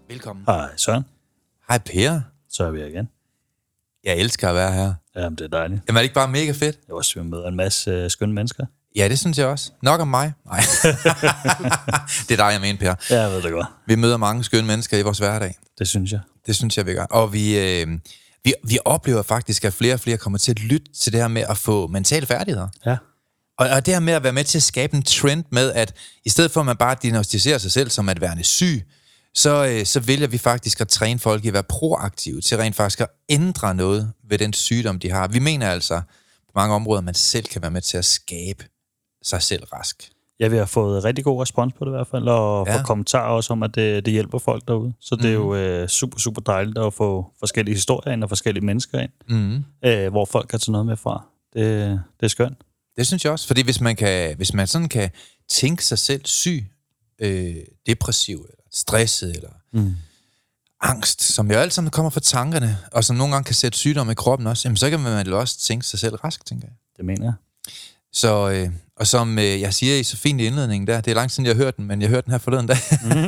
Velkommen. Hej Søren. Hej Per. Så er vi her igen. Jeg elsker at være her. Jamen, det er dejligt. Jamen er det ikke bare mega fedt? Jeg også vi møder en masse skønne mennesker. Ja, det synes jeg også. Nok om mig. Nej. Det er dig, jeg mener, Per. Ja, jeg ved det godt. Vi møder mange skønne mennesker i vores hverdag. Det synes jeg. Det synes jeg, vi gør. Og vi oplever faktisk, at flere og flere kommer til at lytte til det her med at få mentale færdigheder. Ja. Og det her med at være med til at skabe en trend med, at i stedet for at man bare diagnostiserer sig selv som at være syg, så vælger vi faktisk at træne folk i at være proaktive til rent faktisk at ændre noget ved den sygdom, de har. Vi mener altså på mange områder, at man selv kan være med til at skabe sig selv rask. Ja, vi har fået rigtig god respons på det i hvert fald, og få kommentarer også om, at det hjælper folk derude. Så det er jo super, super dejligt at få forskellige historier ind og forskellige mennesker ind, hvor folk kan tage noget med fra. Det er skønt. Det synes jeg også, fordi hvis man sådan kan tænke sig selv syg, depressiv, eller stresset, eller angst, som jo alt sammen kommer fra tankerne, og som nogle gange kan sætte sygdom i kroppen også, jamen så kan man jo også tænke sig selv rask, tænker jeg. Det mener jeg. Så, og som jeg siger i så fint i indledningen der, det er lang tid siden, jeg har hørt den, men jeg hørte den her forleden dag.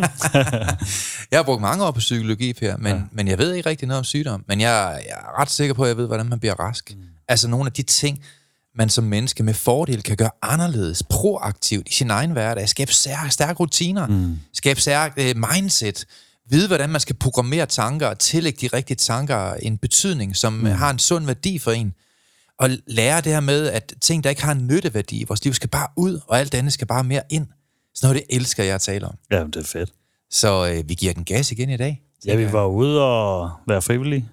Jeg har brugt mange år på psykologi, Per, men jeg ved ikke rigtig noget om sygdom, men jeg er ret sikker på, at jeg ved, hvordan man bliver rask. Altså nogle af de ting, man som menneske med fordel kan gøre anderledes, proaktivt i sin egen hverdag, skabe stærke rutiner, skabe stærke mindset, vide, hvordan man skal programmere tanker og tillægge de rigtige tanker en betydning, som har en sund værdi for en. Og lære det her med, at ting, der ikke har en nytteværdi i vores liv, skal bare ud, og alt andet skal bare mere ind. Sådan noget, det elsker jeg at tale om. Ja, det er fedt. Så vi giver den gas igen i dag. Ja, vi var ude og være frivillige.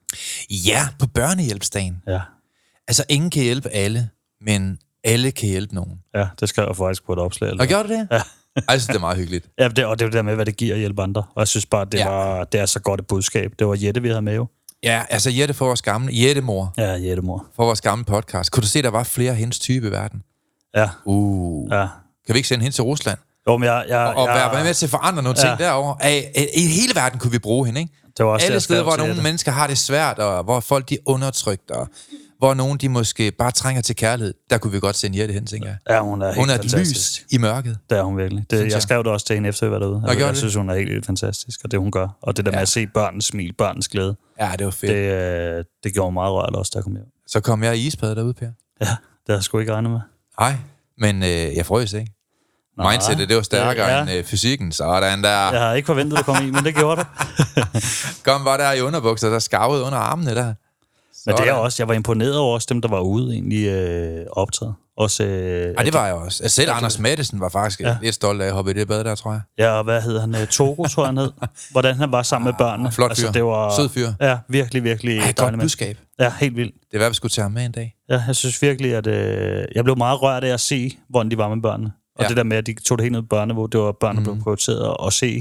Ja, på børnehjælpsdagen. Ja. Altså, ingen kan hjælpe alle, men alle kan hjælpe nogen. Ja, det skrev jeg faktisk på et opslag. Og gjorde du det? Ja. Altså, det er meget hyggeligt. Ja, og det er jo det der med, hvad det giver at hjælpe andre. Og jeg synes bare, det er så godt et budskab. Det var Jette, vi havde med jo. Ja, altså Jette for vores gamle, Jettemor. Ja, Jettemor. For vores gamle podcast. Kunne du se, der var flere af hendes type i verden? Ja. Ja. Kan vi ikke sende hende til Rusland? Jo, men og være med til at forandre nogle ting derovre. I hele verden kunne vi bruge hende, ikke? Det var også alle steder, hvor nogle mennesker har det svært, og hvor folk de er undertrykt, og hvor nogen de måske bare trænger til kærlighed, der kunne vi godt sende Jette hen, tænker jeg. Ja, hun er helt fantastisk. Lys i mørket. Det er hun virkelig. Jeg skrev det også til hende efter, jeg var derude. Jeg synes, hun er helt fantastisk, og det hun gør. Og det der med at se børnens smil, børnens glæde. Ja, det var fedt. Det gjorde mig meget rørt også, der kom hjem. Så kom jeg i isbad derude, Per. Ja, det har jeg sgu ikke regnet med. Nej, men jeg frøs ikke. Mindsetet, det var stærkere end fysikken, sådan der. Jeg har ikke forventet, at du kom i, men det gjorde du. Kom bare der i underbukser, der skavede under armene der. Men det er også, jeg var imponeret over også dem, der var ude egentlig optaget. Også, det var jeg også. Selv Anders Mattesen var faktisk lidt stolt af at hoppe i det bad der, tror jeg. Ja, og hvad hed han? Togo, tror jeg han hed. Hvordan han var sammen med børnene. Flot fyr. Altså, det var, sød fyr. Ja, virkelig, virkelig. Godt budskab. Ja, helt vildt. Det er hvad vi skulle tage ham med en dag. Ja, jeg synes virkelig, at jeg blev meget rørt af at se, hvordan de var med børnene. Og det der med, at de tog det helt ned på børneniveau, det var børn, der blev prioriteret at se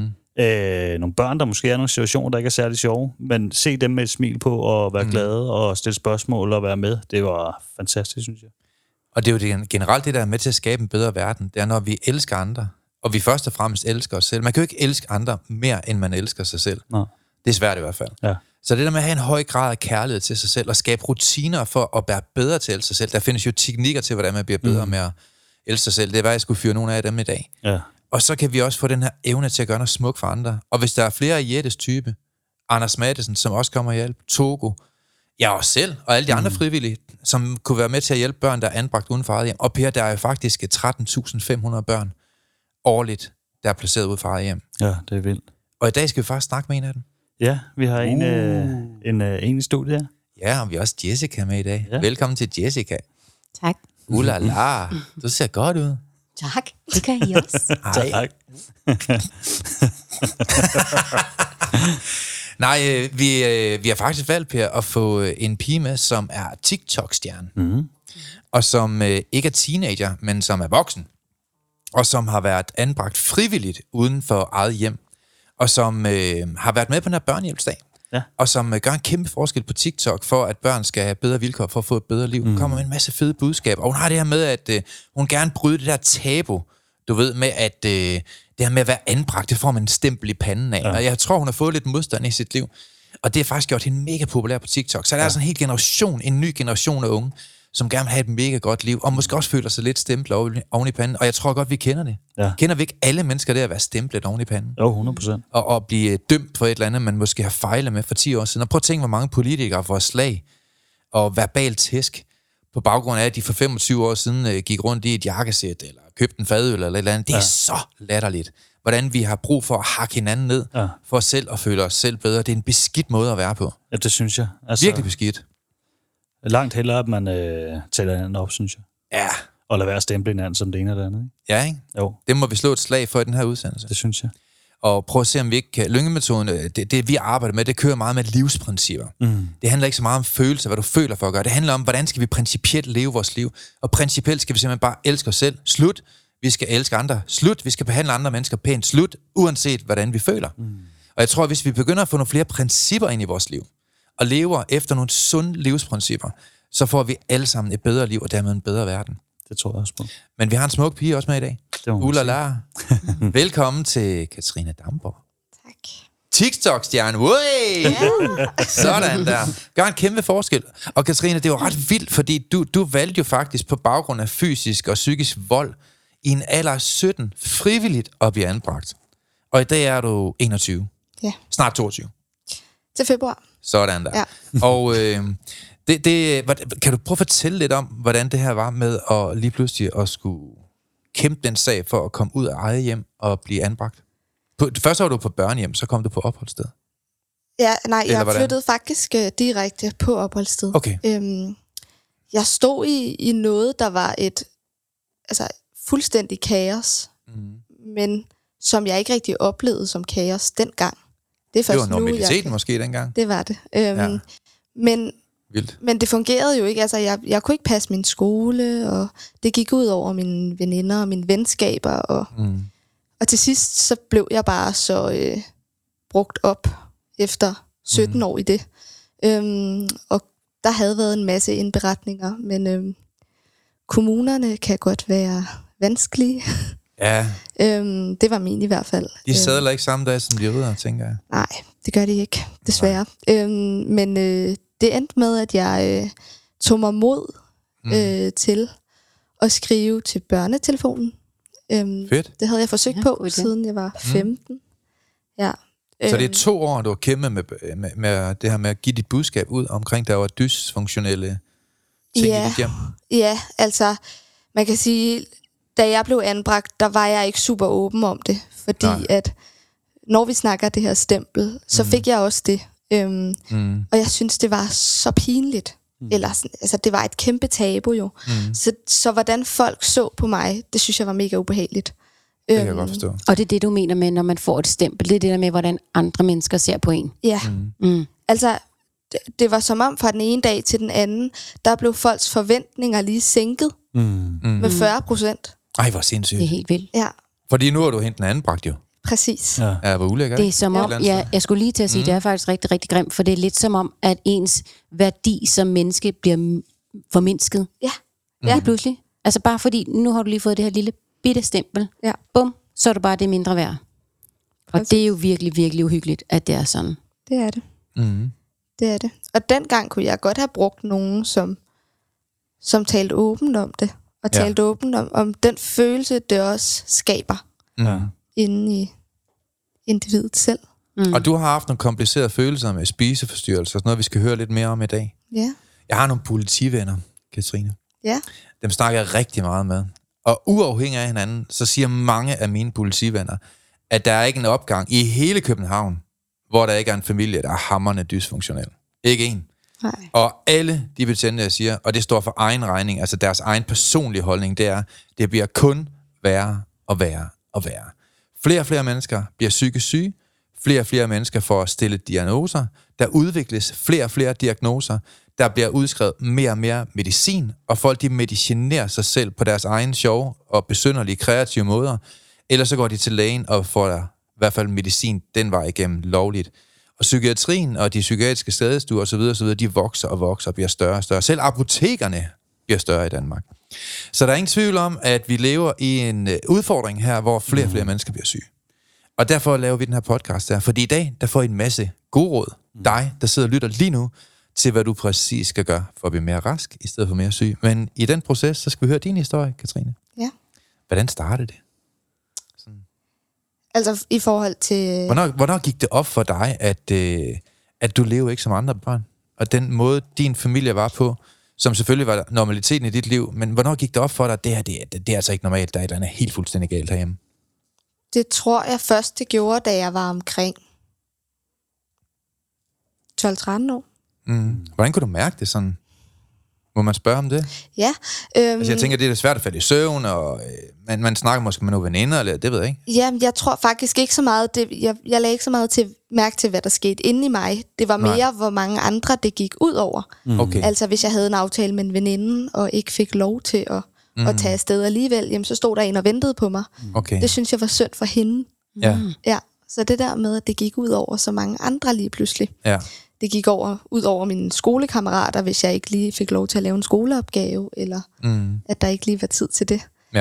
nogle børn, der måske er nogle situationer, der ikke er særlig sjove, men se dem med et smil på og være glade og stille spørgsmål og være med, det var fantastisk, synes jeg. Og det er jo generelt det, der er med til at skabe en bedre verden, det er, når vi elsker andre, og vi først og fremmest elsker os selv. Man kan jo ikke elske andre mere, end man elsker sig selv. Nå. Det er svært i hvert fald. Ja. Så det der med at have en høj grad af kærlighed til sig selv, og skabe rutiner for at være bedre til sig selv, der findes jo teknikker til, hvordan man bliver bedre med at elske sig selv. Det er, hvad jeg skulle fyre nogle af dem i dag. Ja. Og så kan vi også få den her evne til at gøre noget smukt for andre. Og hvis der er flere af Jettes type, Anders Mattesen, som også kommer og hjælpe, Togo, jeg også selv, og alle de andre frivillige, som kunne være med til at hjælpe børn, der er anbragt uden for eget hjem. Og Per, der er jo faktisk 13.500 børn årligt, der er placeret ude for eget hjem. Ja, det er vildt. Og i dag skal vi faktisk snakke med en af dem. Ja, vi har en i studiet her. Ja, og vi har også Jessica med i dag. Ja. Velkommen til Jessica. Tak. Ulala, du ser godt ud. Tak, det kan I også. Tak. Nej, vi har faktisk valgt, Per, at få en pige med, som er TikTok-stjerne. Og som ikke er teenager, men som er voksen. Og som har været anbragt frivilligt uden for eget hjem. Og som har været med på den her børnehjælpsdag. Ja. Og som gør en kæmpe forskel på TikTok, for at børn skal have bedre vilkår for at få et bedre liv. Hun kommer med en masse fede budskaber. Og hun har det her med, at hun gerne bryde det der tabu, du ved, med at det her med at være anbragt, det får man en stempel i panden af. Ja. Og jeg tror, hun har fået lidt modstand i sit liv. Og det har faktisk gjort hende mega populær på TikTok. Så der er sådan en hel generation, en ny generation af unge, som gerne vil have et mega godt liv, og måske også føler sig lidt stemplet oven i panden. Og jeg tror godt, vi kender det. Ja. Kender vi ikke alle mennesker der at være stemplet oven i panden? Jo, 100%. Og blive dømt for et eller andet, man måske har fejlet med for 10 år siden. Og prøv at tænke, hvor mange politikere får slag og verbal tæsk på baggrund af, at de for 25 år siden gik rundt i et jakkesæt, eller købte en fadøl, eller et eller andet. Det er så latterligt. Hvordan vi har brug for at hakke hinanden ned, for os selv og føle os selv bedre. Det er en beskidt måde at være på. Ja, det synes jeg. Altså, virkelig beskidt. Langt hellere, at man tæller hinanden op, synes jeg. Ja. Og lade være at stemple hinanden som det ene eller andet, ikke? Ja, ikke? Jo. Det må vi slå et slag for i den her udsendelse. Det synes jeg. Og prøv at se, om vi ikke kan... Lyngemetoden, det vi arbejder med, det kører meget med livsprincipper. Det handler ikke så meget om følelser, hvad du føler for at gøre. Det handler om, hvordan skal vi principielt leve vores liv. Og principielt skal vi simpelthen bare elske os selv. Slut. Vi skal elske andre. Slut. Vi skal behandle andre mennesker pænt. Slut. Uanset, hvordan vi føler. Og jeg tror, at hvis vi begynder at få nogle flere principper ind i vores liv, og lever efter nogle sunde livsprincipper, så får vi alle sammen et bedre liv, og dermed en bedre verden. Det tror jeg også på. Men vi har en smuk pige også med i dag. Ulla Lara. Velkommen til Katrine Damborg. Tak. TikTok-stjerne. Sådan der. Gør en kæmpe forskel. Og Katrine, det er jo ret vildt, fordi du valgte jo faktisk på baggrund af fysisk og psykisk vold i en alder af 17 frivilligt at blive anbragt. Og i dag er du 21. Ja. Snart 22. Til februar. Sådan der. Ja. Og kan du prøve at fortælle lidt om, hvordan det her var med at lige pludselig at skulle kæmpe den sag for at komme ud af eget hjem og blive anbragt? Først var du på børnehjem, så kom du på opholdssted. Ja, nej, jeg flyttede faktisk direkte på opholdssted. Okay. Jeg stod i noget, der var et fuldstændig kaos, men som jeg ikke rigtig oplevede som kaos dengang. Det var normaliteten måske dengang. Det var det. Men det fungerede jo ikke. Altså, jeg kunne ikke passe min skole, og det gik ud over mine veninder og mine venskaber. Og til sidst, så blev jeg bare så brugt op efter 17 år i det. Og der havde været en masse indberetninger, men kommunerne kan godt være vanskelige. Ja. Det var min i hvert fald. De sadler ikke samme dag som de rydder, tænker jeg. Nej, det gør de ikke, desværre. Men det endte med, at jeg tog mig mod til at skrive til børnetelefonen. Fedt. Det havde jeg forsøgt på, siden jeg var 15. Ja. Så det er 2 år, du har kæmpet med det her med at give dit budskab ud omkring, der var dysfunktionelle ting i dit hjem? Ja, altså, man kan sige, da jeg blev anbragt, der var jeg ikke super åben om det, fordi at når vi snakker det her stempel, så fik jeg også det. Og jeg synes, det var så pinligt. Eller sådan, altså, det var et kæmpe tabu jo. Så hvordan folk så på mig, det synes jeg var mega ubehageligt. Det kan jeg godt forstå. Og det er det, du mener med, når man får et stempel. Det er det der med, hvordan andre mennesker ser på en. Ja. Altså, det var som om fra den ene dag til den anden, der blev folks forventninger lige sænket med 40%. Ej, hvor sindssygt. Det er helt vildt. Ja. Fordi nu er du henten anbragt jo. Præcis. Ja, hvor ulækkert. Det er som om, jeg skulle lige til at sige, det er faktisk rigtig, rigtig grimt, for det er lidt som om, at ens værdi som menneske bliver formindsket. Ja. Lige pludselig. Altså bare fordi, nu har du lige fået det her lille bitte stempel. Ja. Bum, så er du bare det mindre værd. Og det er jo virkelig, virkelig uhyggeligt, at det er sådan. Det er det. Det er det. Og dengang kunne jeg godt have brugt nogen, som talte åbent om det. Og talte åbent om den følelse, det også skaber inde i individet selv. Og du har haft nogle komplicerede følelser med spiseforstyrrelser, sådan noget, vi skal høre lidt mere om i dag. Ja. Jeg har nogle politivenner, Katrine. Ja. Dem snakker jeg rigtig meget med. Og uafhængig af hinanden, så siger mange af mine politivenner, at der er ikke en opgang i hele København, hvor der ikke er en familie, der er hamrende dysfunktionel. Ikke en. Nej. Og alle de betjente, jeg siger, og det står for egen regning, altså deres egen personlige holdning, det er, det bliver kun værre og værre og værre. Flere og flere mennesker bliver psykisk syge, flere og flere mennesker får stillet diagnoser, der udvikles flere og flere diagnoser, der bliver udskrevet mere og mere medicin, og folk de medicinerer sig selv på deres egen sjove og besynderlige kreative måder, eller så går de til lægen og får i hvert fald medicin den vej igennem lovligt. Og psykiatrien og de psykiatriske skadestuer osv., de vokser og vokser og bliver større og større. Selv apotekerne bliver større i Danmark. Så der er ingen tvivl om, at vi lever i en udfordring her, hvor flere og flere mennesker bliver syge. Og derfor laver vi den her podcast der. Fordi i dag, der får I en masse gode råd. Dig, der sidder og lytter lige nu, til hvad du præcis skal gøre for at blive mere rask, i stedet for mere syg. Men i den proces, så skal vi høre din historie, Katrine. Ja. Hvordan startede det? Altså i forhold til... Hvornår gik det op for dig, at du lever ikke som andre børn? Og den måde, din familie var på, som selvfølgelig var normaliteten i dit liv, men hvornår gik det op for dig, at det er altså ikke normalt, der er et eller andet helt fuldstændig galt herhjemme? Det tror jeg først, det gjorde, da jeg var omkring 12-13 år. Hvordan kunne du mærke det sådan? Må man spørge om det? Ja. Altså jeg tænker, det er svært at falde i søvn, og man snakker måske med nogle veninder, eller det ved jeg ikke. Ja, jeg tror faktisk ikke så meget, jeg lagde ikke så meget til mærke til, hvad der skete inde i mig. Det var mere, hvor mange andre det gik ud over. Okay. Altså hvis jeg havde en aftale med en veninde, og ikke fik lov til at tage afsted alligevel, jamen, så stod der en og ventede på mig. Okay. Det synes jeg var synd for hende. Ja. Ja, så det der med, at det gik ud over så mange andre lige pludselig. Ja. Det gik ud over mine skolekammerater, hvis jeg ikke lige fik lov til at lave en skoleopgave, eller at der ikke lige var tid til det. Ja.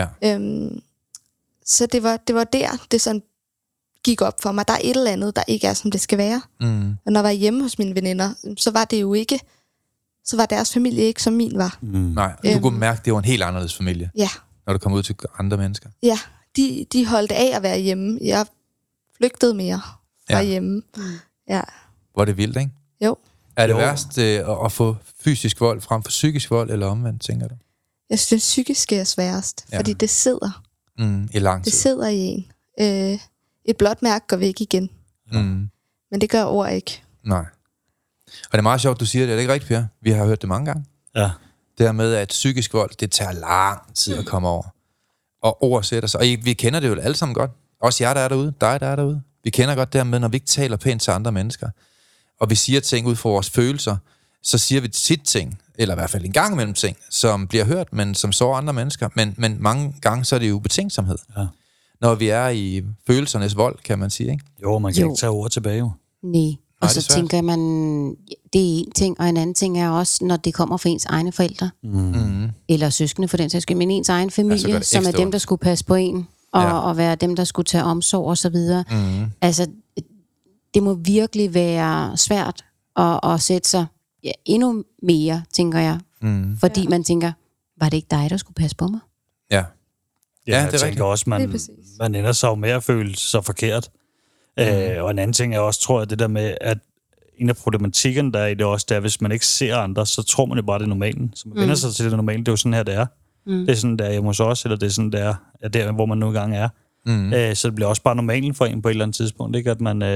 Så det var der, det sådan gik op for mig. Der er et eller andet, der ikke er, som det skal være. Og når jeg var hjemme hos mine veninder, så var det jo ikke, så var deres familie ikke, som min var. Nej, du kunne mærke, at det var en helt anderledes familie, Ja. når du kom ud til andre mennesker. Ja, de holdt af at være hjemme. Jeg flygtede mere fra hjemme. Ja. Hvor er det vildt, ikke? Jo. Er det værst at få fysisk vold frem for psykisk vold, eller omvendt, tænker du? Jeg synes, det psykiske er sværest, fordi det sidder. I lang tid. Det sidder i en. Et blåt mærke går væk igen. Men det gør ord ikke. Nej. Og det er meget sjovt, du siger det. Er det ikke rigtigt, Per? Vi har hørt det mange gange. Ja. Det her med, at psykisk vold, det tager lang tid at komme over. Og ord sætter sig. Og vi kender det jo alle sammen godt. Også jer, der er derude. Dig, der er derude. Vi kender godt det her med, når vi ikke taler pænt til andre mennesker, og vi siger ting ud fra vores følelser, så siger vi tit ting, eller i hvert fald en gang imellem ting, som bliver hørt, men som sårer andre mennesker. Men mange gange, så er det jo betænksomhed. Ja. Når vi er i følelsernes vold, kan man sige, ikke? Jo, man kan ikke tage ord tilbage, jo. Nej. Og så tænker man, det er en ting, og en anden ting er også, når det kommer fra ens egne forældre, eller søskende for den sags skyld, men ens egen familie, ja, som er dem, der skulle passe på en, og være dem, der skulle tage omsorg og så videre. Altså, det må virkelig være svært at sætte sig endnu mere, tænker jeg. Fordi man tænker, var det ikke dig, der skulle passe på mig? Ja. Ja, jeg tænker også, man ender sig jo med at føle sig forkert. Og en anden ting er også, tror jeg, det der med, at en af problematikken, der er i det også, det er, hvis man ikke ser andre, så tror man jo bare, det er normalen. Så man vender sig til det normale. Det er jo sådan her, det er. Det er sådan, der er hjemme hos os, eller det er sådan, der er der, hvor man nu engang er. Så det bliver også bare normalen for en på et eller andet tidspunkt, ikke? At man,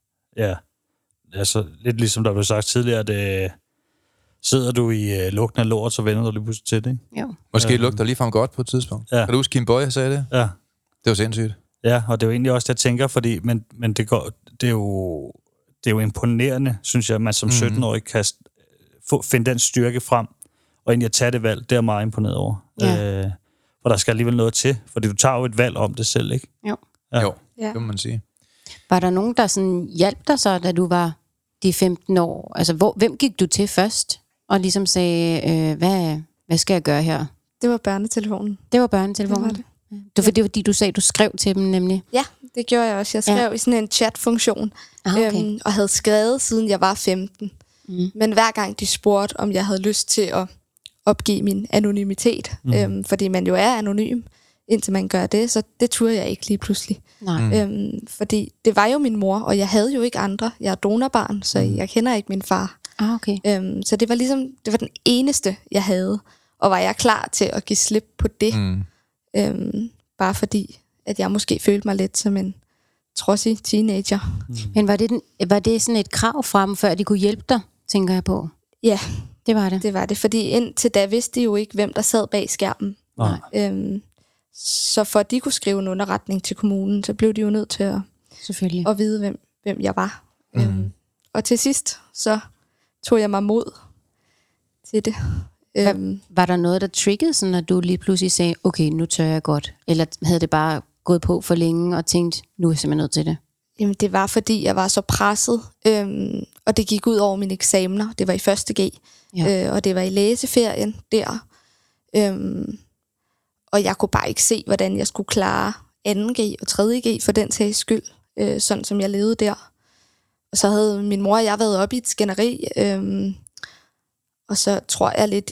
altså lidt ligesom der blev sagt tidligere, at sidder du i lugten af lort, så vender du lige pludselig til det, ikke? Jo. Måske lugter ligefrem godt på et tidspunkt. Ja. Kan du huske, Kim Boye sagde det? Ja. Det var sindssygt. Ja, og det er jo egentlig også det, jeg tænker, fordi, men det er jo imponerende, synes jeg, at man som 17-årig kan finde den styrke frem, og egentlig at tage det valg, det er meget imponeret over. Ja. For der skal alligevel noget til, fordi du tager jo et valg om det selv, ikke? Jo. Ja. Jo, det må man sige. Var der nogen, der sådan hjalp dig så, da du var de 15 år? Altså, hvem gik du til først, og ligesom sagde, hvad skal jeg gøre her? Det var børnetelefonen. Det var børnetelefonen? Det var det. Det var fordi, du sagde, du skrev til dem nemlig? Ja, det gjorde jeg også. Jeg skrev i sådan en chat-funktion, og havde skrevet, siden jeg var 15. Men hver gang de spurgte, om jeg havde lyst til at opgive min anonymitet, fordi man jo er anonym, indtil man gør det, så det turde jeg ikke lige pludselig. Fordi det var jo min mor, og jeg havde jo ikke andre. Jeg er donorbarn, så jeg kender ikke min far. Okay. Så det var ligesom, det var den eneste, jeg havde. Og var jeg klar til at give slip på det, bare fordi, at jeg måske følte mig lidt som en trodsig teenager. Men var det sådan et krav fra dem, før de kunne hjælpe dig, tænker jeg på? Ja, det var det. Det var det, fordi indtil da vidste de jo ikke, hvem der sad bag skærmen. Nej. Så for at de kunne skrive en underretning til kommunen, så blev de jo nødt til at vide, hvem jeg var. Og til sidst, så tog jeg mig mod til det. Var der noget, der triggede, sådan at du lige pludselig sagde, okay, nu tør jeg godt? Eller havde det bare gået på for længe og tænkt, nu er jeg simpelthen nødt til det? Jamen, det var, fordi jeg var så presset, og det gik ud over mine eksamener. Det var i 1. G, og det var i læseferien der. Og jeg kunne bare ikke se, hvordan jeg skulle klare 2. G og 3. G for den sags skyld, sådan som jeg levede der. Og så havde min mor og jeg været oppe i et skænderi, Og så tror jeg lidt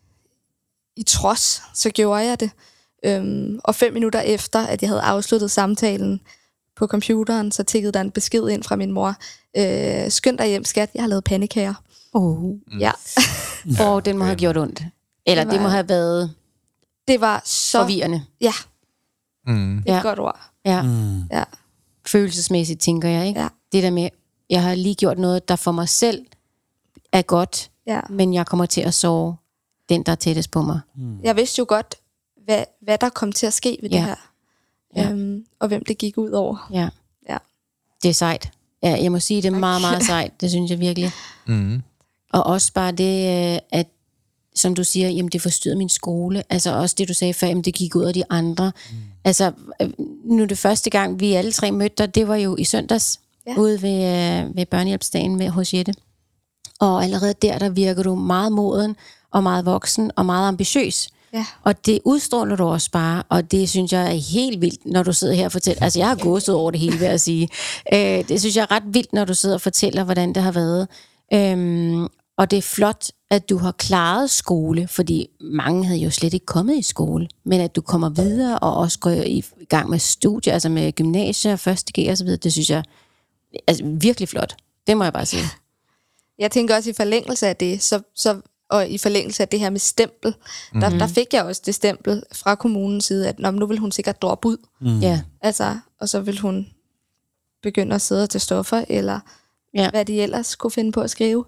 i trods, så gjorde jeg det. Og 5 minutter efter, at jeg havde afsluttet samtalen på computeren, så tikkede der en besked ind fra min mor. Skynd dig hjem, skat, jeg har lavet pandekager. Ja. Og den må have gjort ondt. Eller det må have været det var så forvirrende. Ja. Det er et godt ord. Ja. Ja. Følelsesmæssigt, tænker jeg, ikke? Ja. Det der med, jeg har lige gjort noget, der for mig selv er godt, men jeg kommer til at sove den, der er tættest på mig. Jeg vidste jo godt, hvad der kom til at ske ved det her. Og hvem det gik ud over. Ja. Det er sejt. Ja, jeg må sige, det er meget, meget sejt. Det synes jeg virkelig. Og også bare det, at som du siger, jamen det forstyrrede min skole. Altså også det, du sagde før, jamen det gik ud af de andre. Altså, nu det første gang, vi alle 3 mødte dig, det var jo i søndags, ude ved børnehjælpsdagen hos Jette. Og allerede der virker du meget moden, og meget voksen, og meget ambitiøs. Ja. Og det udstråler du også bare, og det synes jeg er helt vildt, når du sidder her og fortæller. Altså, jeg har gåset over det hele, vil jeg sige. Det synes jeg er ret vildt, når du sidder og fortæller, hvordan det har været. Og det er flot, at du har klaret skole, fordi mange havde jo slet ikke kommet i skole, men at du kommer videre og også går i gang med studier, altså med gymnasier, 1. G og så videre, det synes jeg altså virkelig flot. Det må jeg bare sige. Jeg tænker også i forlængelse af det, og i forlængelse af det her med stempel, der fik jeg også det stempel fra kommunens side, at nu vil hun sikkert droppe ud. Altså, og så vil hun begynde at sidde til stoffer, eller hvad de ellers kunne finde på at skrive.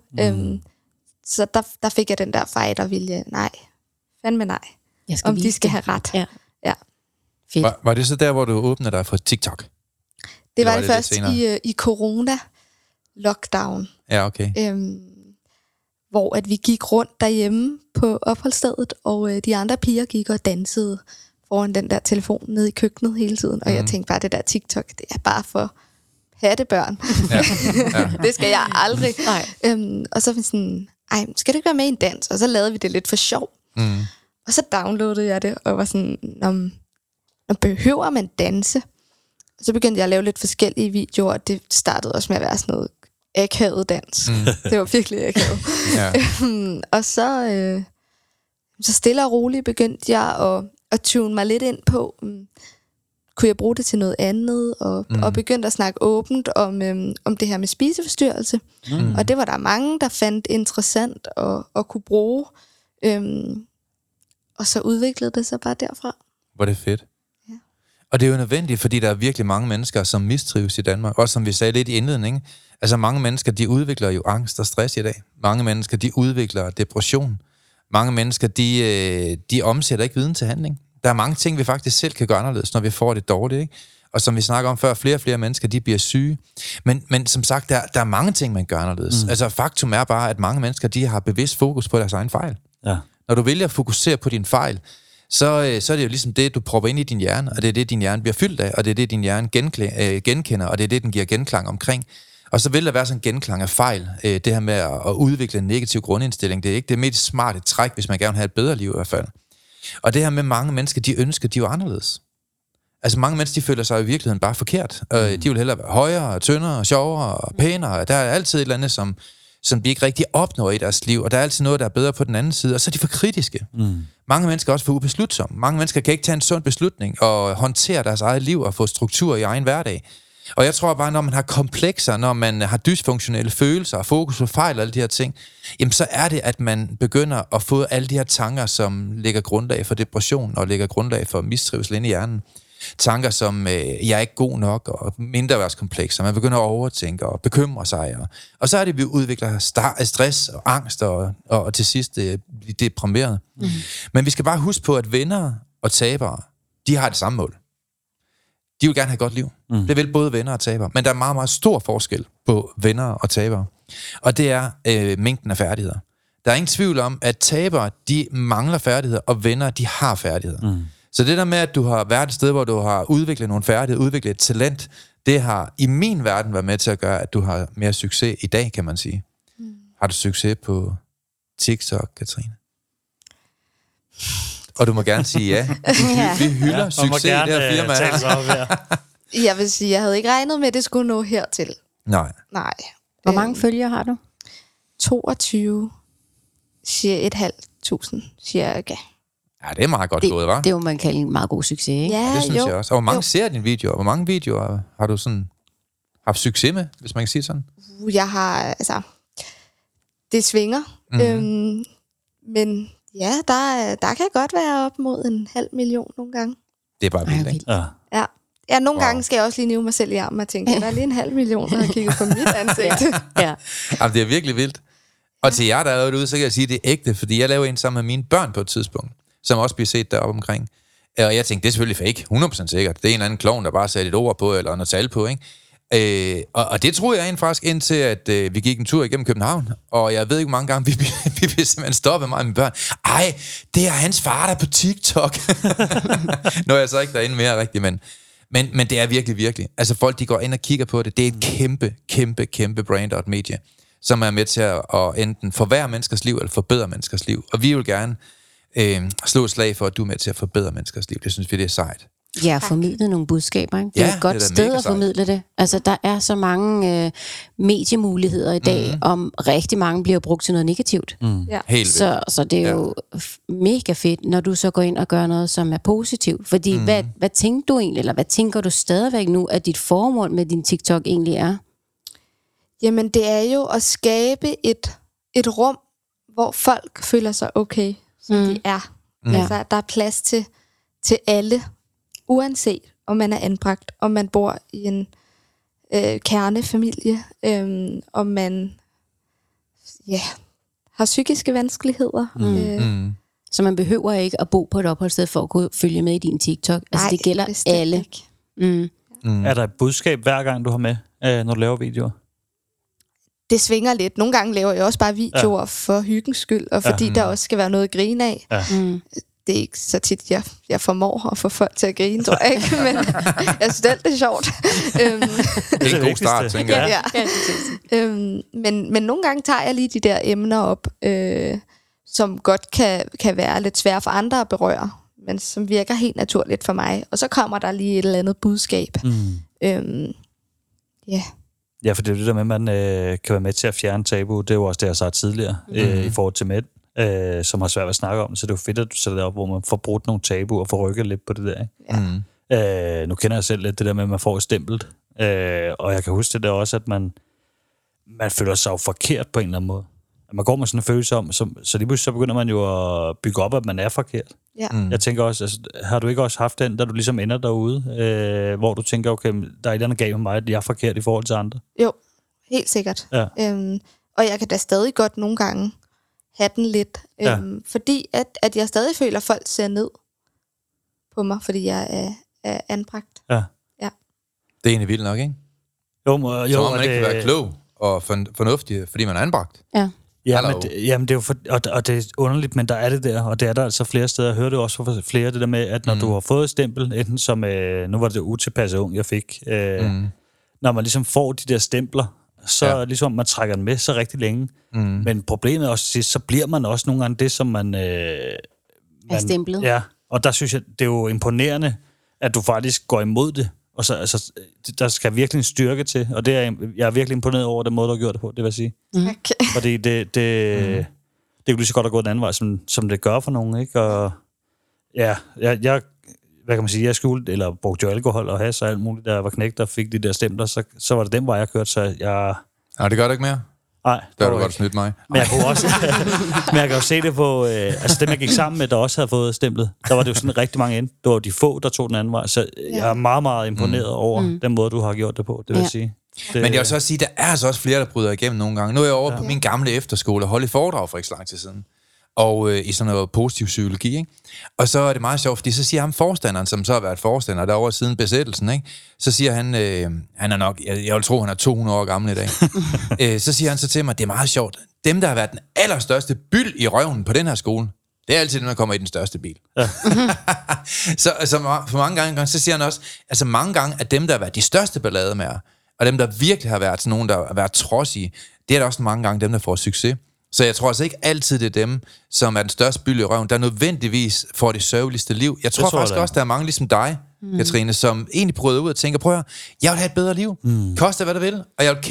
Så der fik jeg den der fightervilje. Nej, fandme nej. Om de skal have ret. Ja. Fedt. Var det så der, hvor du åbnede dig for TikTok? Det var det først i corona-lockdown. Ja, okay. Hvor at vi gik rundt derhjemme på opholdsstedet, og de andre piger gik og dansede foran den der telefon nede i køkkenet hele tiden. Og jeg tænkte bare, det der TikTok, det er bare for hattebørn. Det skal jeg aldrig. Og så var sådan, skal du ikke være med i en dans? Og så lavede vi det lidt for sjov. Og så downloadede jeg det, og var sådan, når behøver man danse? Og så begyndte jeg at lave lidt forskellige videoer, og det startede også med at være sådan noget akavet dans. Det var virkelig akavet. Og så stille og roligt begyndte jeg at tune mig lidt ind på, kunne jeg bruge det til noget andet, og begyndte at snakke åbent om det her med spiseforstyrrelse. Og det var der mange, der fandt interessant og kunne bruge. Og så udviklede det sig bare derfra. Hvor det fedt. Ja. Og det er jo nødvendigt, fordi der er virkelig mange mennesker, som mistrives i Danmark. Også som vi sagde lidt i indledningen. Altså mange mennesker, de udvikler jo angst og stress i dag. Mange mennesker, de udvikler depression. Mange mennesker, de omsætter ikke viden til handling. Der er mange ting, vi faktisk selv kan gøre anderledes, når vi får det dårligt, ikke? Og som vi snakker om før, flere og flere mennesker, de bliver syge. Men som sagt, der er mange ting, man gør anderledes. Altså faktum er bare, at mange mennesker, de har bevidst fokus på deres egen fejl. Ja. Når du vælger at fokusere på din fejl, så er det jo ligesom det, du propper ind i din hjerne, og det er det, din hjerne bliver fyldt af, og det er det, din hjerne genkender, og det er det, den giver genklang omkring. Og så vil der være sådan en genklang af fejl. Det her med at udvikle en negativ grundindstilling, det er ikke det mest smarte træk, hvis man gerne vil have et bedre liv i hvert fald. Og det her med mange mennesker, de ønsker, de er jo anderledes. Altså mange mennesker, de føler sig i virkeligheden bare forkert. De vil hellere være højere, tyndere, sjovere og pænere. Der er altid et eller andet, som de ikke rigtig opnår i deres liv, og der er altid noget, der er bedre på den anden side, og så er de for kritiske. Mange mennesker er også for ubeslutsomme. Mange mennesker kan ikke tage en sund beslutning og håndtere deres eget liv og få struktur i egen hverdag. Og jeg tror bare, når man har komplekser, når man har dysfunktionelle følelser og fokus på fejl og alle de her ting, jamen så er det, at man begynder at få alle de her tanker, som lægger grundlag for depression og lægger grundlag for mistrivsel inde i hjernen. Tanker som, jeg er ikke god nok, og mindreværdskomplekser. Man begynder at overtænke og bekymre sig. Og så er det, vi udvikler stress og angst og til sidst blive deprimeret. Men vi skal bare huske på, at venner og tabere, de har det samme mål. De vil gerne have et godt liv. Det vil både venner og tabere. Men der er meget, meget stor forskel på venner og tabere. Og det er mængden af færdigheder. Der er ingen tvivl om, at tabere, de mangler færdigheder, og venner, de har færdigheder. Så det der med, at du har været et sted, hvor du har udviklet nogle færdigheder, udviklet et talent, det har i min verden været med til at gøre, at du har mere succes i dag, kan man sige. Har du succes på TikTok, Katrine? Og du må gerne sige ja. Vi hylder succes i det her firma. Jeg vil sige, jeg havde ikke regnet med, at det skulle nå hertil. Nej. Nej. Hvor mange følgere har du? 22 siger 1.500 cirka. Ja, det er meget godt gået, hva'? Det er jo, man kalder en meget god succes, ikke? Ja, det synes jo. jeg også. Og hvor mange ser dine videoer? Hvor mange videoer har du sådan haft succes med, hvis man kan sige sådan? Jeg har, altså... Det svinger. Men ja, der kan godt være op mod 500.000 nogle gange. Det er bare vildt, ikke? Ja, nogle gange skal jeg også lige nive mig selv i armen og tænke, der er lige 500.000, der har kigget på mit ansigt. Ja. Jamen, det er virkelig vildt. Og til jer, der er derude, så kan jeg sige, at det er ægte, fordi jeg laver en sammen med mine børn på et tidspunkt, som også bliver set deroppe omkring. Og jeg tænkte, det er selvfølgelig fake, 100% sikkert. Det er en eller anden klovn, der bare satte et ord på, eller noget tal på, ikke? Og det troede jeg faktisk indtil, at vi gik en tur igennem København, og jeg ved ikke, hvor mange gange vi blev simpelthen stoppet mig og mine børn. Ej, det er hans far, der er på TikTok. Nu er jeg så ikke derinde mere rigtigt, men det er virkelig, virkelig. Altså folk, de går ind og kigger på det. Det er et kæmpe brand og et medie, som er med til at enten forværre menneskers liv, eller forbedre menneskers liv. Og vi vil gerne slå et slag for, at du er med til at forbedre menneskers liv. Det synes vi, det er sejt. Ja, formidle nogle budskaber, ikke? Det er et godt sted at formidle det. Altså, der er så mange mediemuligheder i dag, om rigtig mange bliver brugt til noget negativt. Ja. Helt vildt. Så det er jo mega fedt, når du så går ind og gør noget, som er positivt. Fordi, hvad tænker du egentlig, eller hvad tænker du stadigvæk nu, at dit formål med din TikTok egentlig er? Jamen, det er jo at skabe et rum, hvor folk føler sig okay, som de er. Altså, der er plads til alle, uanset om man er anbragt, om man bor i en kernefamilie, om man har psykiske vanskeligheder. Så man behøver ikke at bo på et opholdssted for at kunne følge med i din TikTok. Altså, det gælder alle. Er der et budskab hver gang, du har med, når du laver videoer? Det svinger lidt. Nogle gange laver jeg også bare videoer for hyggens skyld, og fordi der også skal være noget at grine af. Ja. Det er ikke så tit, jeg formår at få folk til at grine, tror jeg ikke, men jeg synes det er sjovt. Det er en god start, tænker jeg. Ja. Men nogle gange tager jeg lige de der emner op, som godt kan være lidt svære for andre at berøre, men som virker helt naturligt for mig. Og så kommer der lige et eller andet budskab. Ja, for det er det der med, at man kan være med til at fjerne tabu. Det er jo også det, jeg sagde tidligere, i forhold til mænd, som har svært ved at snakke om. Så det er jo fedt, at du sætter det op, hvor man får brudt nogle tabuer og får rykket lidt på det der. Ikke? Nu kender jeg selv lidt det der med, at man får et stempel. Og jeg kan huske det der også, at man føler sig jo forkert på en eller anden måde. At man går med sådan en følelse om, så lige pludselig så begynder man jo at bygge op, at man er forkert. Ja. Jeg tænker også, altså, har du ikke også haft den, da du ligesom ender derude, hvor du tænker, okay, der er et eller andet galt med mig, at jeg er forkert i forhold til andre? Jo, helt sikkert. Ja. Og jeg kan da stadig godt nogle gange have den lidt, fordi at jeg stadig føler, at folk ser ned på mig, fordi jeg er anbragt. Ja. Det er egentlig vildt nok, ikke? Jo, så man ikke kan være klog og fornuftig, fordi man er anbragt. Ja. Jamen, det er jo og det er underligt, men der er det der, og det er der altså flere steder. Jeg hørte det også fra flere, det der med, at når du har fået et stempel, enten som, nu var det utilpasset ung, jeg fik, når man ligesom får de der stempler, så ligesom man trækker den med så rigtig længe. Men problemet er også, så bliver man også nogle gange det, som man er stemplet. Ja, og der synes jeg, det er jo imponerende, at du faktisk går imod det. Og så, altså, der skal virkelig en styrke til, og det er, jeg er virkelig imponeret over den måde, du har gjort det på, det vil jeg sige. Okay. Fordi det kunne lige så godt at gå den anden vej, som det gør for nogen, ikke? Og ja, jeg hvad kan man sige, jeg skjulte, eller brugte jo alkohol og hash og alt muligt, der var knægt, der fik de der stempler, så var det den vej, jeg kørte, så jeg... Nej, det gør det ikke mere? Nej. Der har du godt snydt mig. Men jeg kunne også... men jeg kan jo se det på... altså dem, jeg gik sammen med, der også havde fået stemplet, der var det jo sådan rigtig mange ind. Det var de få, der tog den anden vej, så jeg er meget, meget imponeret over den måde, du har gjort det på, det vil jeg sige. Men jeg vil så også sige, der er altså også flere, der bryder igennem nogle gange. Nu er jeg over på min gamle efterskole og holdt et foredrag for ikke så lang tid siden. Og i sådan noget positiv psykologi, ikke? Og så er det meget sjovt, fordi så siger ham forstanderen, som så har været forstander derovre siden besættelsen, ikke? Så siger han, han er nok, jeg vil tro, han er 200 år gammel i dag. Så siger han så til mig, det er meget sjovt. Dem, der har været den allerstørste byld i røven på den her skole, det er altid dem, der kommer i den største bil. Ja. så for mange gange, så siger han også, altså mange gange, at dem, der har været de største ballademærer, og dem, der virkelig har været sådan nogen, der har været trodsige, det er der også mange gange dem, der får succes. Så jeg tror altså ikke altid, det er dem, som er den største byld i røven, der nødvendigvis får det sørgeligste liv. Jeg tror faktisk også, der er mange ligesom dig, Katrine, som egentlig prøver ud og tænker, prøv at høre, jeg vil have et bedre liv. Koste hvad det vil, og jeg vil kæmpe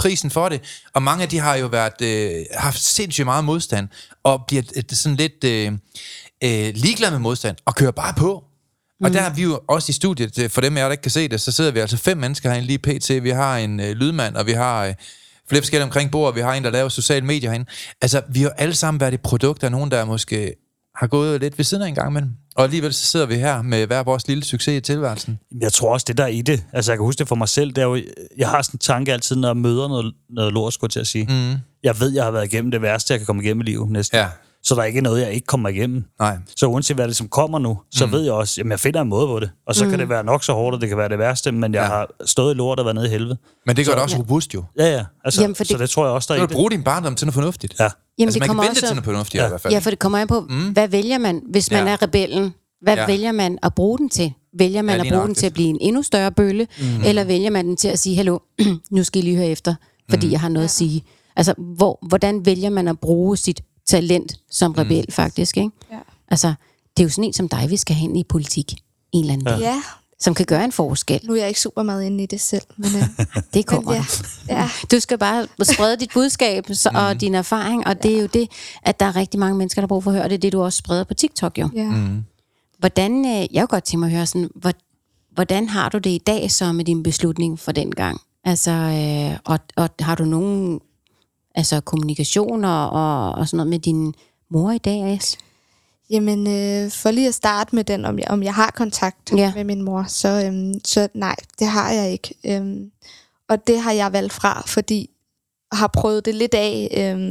prisen for det. Og mange af de har jo haft sindssygt meget modstand, og bliver sådan lidt ligeglade med modstand, og kører bare på. Og der er vi jo også i studiet, for dem af jer, der ikke kan se det, så sidder vi altså 5 mennesker herinde lige pt. Vi har en lydmand, og vi har flere forskellige omkring bordet, vi har en, der laver sociale medier herinde. Altså, vi har jo alle sammen været et produkt af nogen, der måske har gået lidt ved siden af en gang imellem. Og alligevel så sidder vi her med hver vores lille succes i tilværelsen. Jeg tror også, det der er i det, altså jeg kan huske det for mig selv, det er jo, jeg har sådan en tanke altid, når jeg møder noget lort, skulle jeg til at sige. Jeg ved, jeg har været igennem det værste, jeg kan komme igennem i livet næsten. Ja. Så der er ikke noget, jeg ikke kommer igennem. Nej. Så uanset hvad det som kommer nu, så ved jeg også, jamen jeg finder en måde på det. Og så kan det være nok så hårdt, og det kan være det værste, men jeg har stået i lort og været nede i helvede. Men det gør det også robust jo. Ja. Altså, jamen, så det tror jeg også, der er i det. Du bruge din barndom til noget fornuftigt. Ja. Jamen, altså, det man kan vente også til noget fornuftigt i hvert fald. Ja, for det kommer an på, hvad vælger man, hvis man er rebellen? Hvad vælger man at bruge den til? Vælger man at bruge den til at blive en endnu større bølle? Eller vælger man den til at sige, hallo, nu skal I lige høre efter, fordi jeg har noget at sige? Altså, hvordan vælger man at bruge sit talent som rebel, faktisk, ikke? Ja. Altså, det er jo sådan en som dig, vi skal hen i politik en eller anden dag. Ja. Som kan gøre en forskel. Nu er jeg ikke super meget inde i det selv, men det kommer. Ja. Du skal bare sprede dit budskab og din erfaring, og det er jo det, at der er rigtig mange mennesker, der bruger for at høre, og det er det, du også spreder på TikTok, jo. Ja. Hvordan, jeg kunne godt tænke mig at høre sådan, hvordan har du det i dag så med din beslutning for den gang? Altså, og har du nogen kommunikationer og sådan noget med din mor i dag, As? Jamen, for lige at starte med den, om jeg har kontakt med min mor, så nej, det har jeg ikke. Og det har jeg valgt fra, fordi jeg har prøvet det lidt af,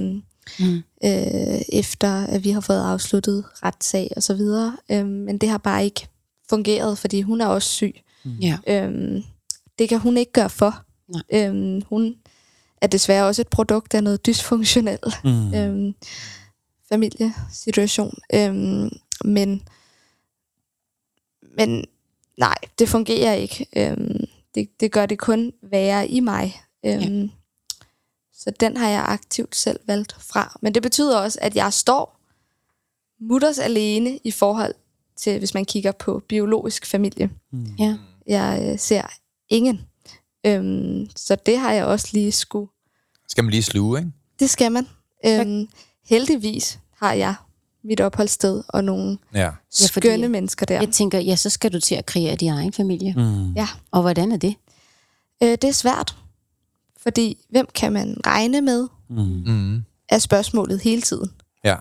efter at vi har fået afsluttet retssag og så videre. Men det har bare ikke fungeret, fordi hun er også syg. Det kan hun ikke gøre for. Hun er desværre også et produkt af noget dysfunktionel familiesituation. Men nej, det fungerer ikke. Det gør det kun værre i mig. Så den har jeg aktivt selv valgt fra. Men det betyder også, at jeg står mutters alene i forhold til, hvis man kigger på biologisk familie. Jeg ser ingen. Så det har jeg også lige skulle. Skal man lige sluge, ikke? Det skal man. Heldigvis har jeg mit opholdssted og nogle skønne mennesker der. Jeg tænker, så skal du til at kreere din egen familie. Ja. Og hvordan er det? Det er svært. Fordi hvem kan man regne med? Er spørgsmålet hele tiden. Ja.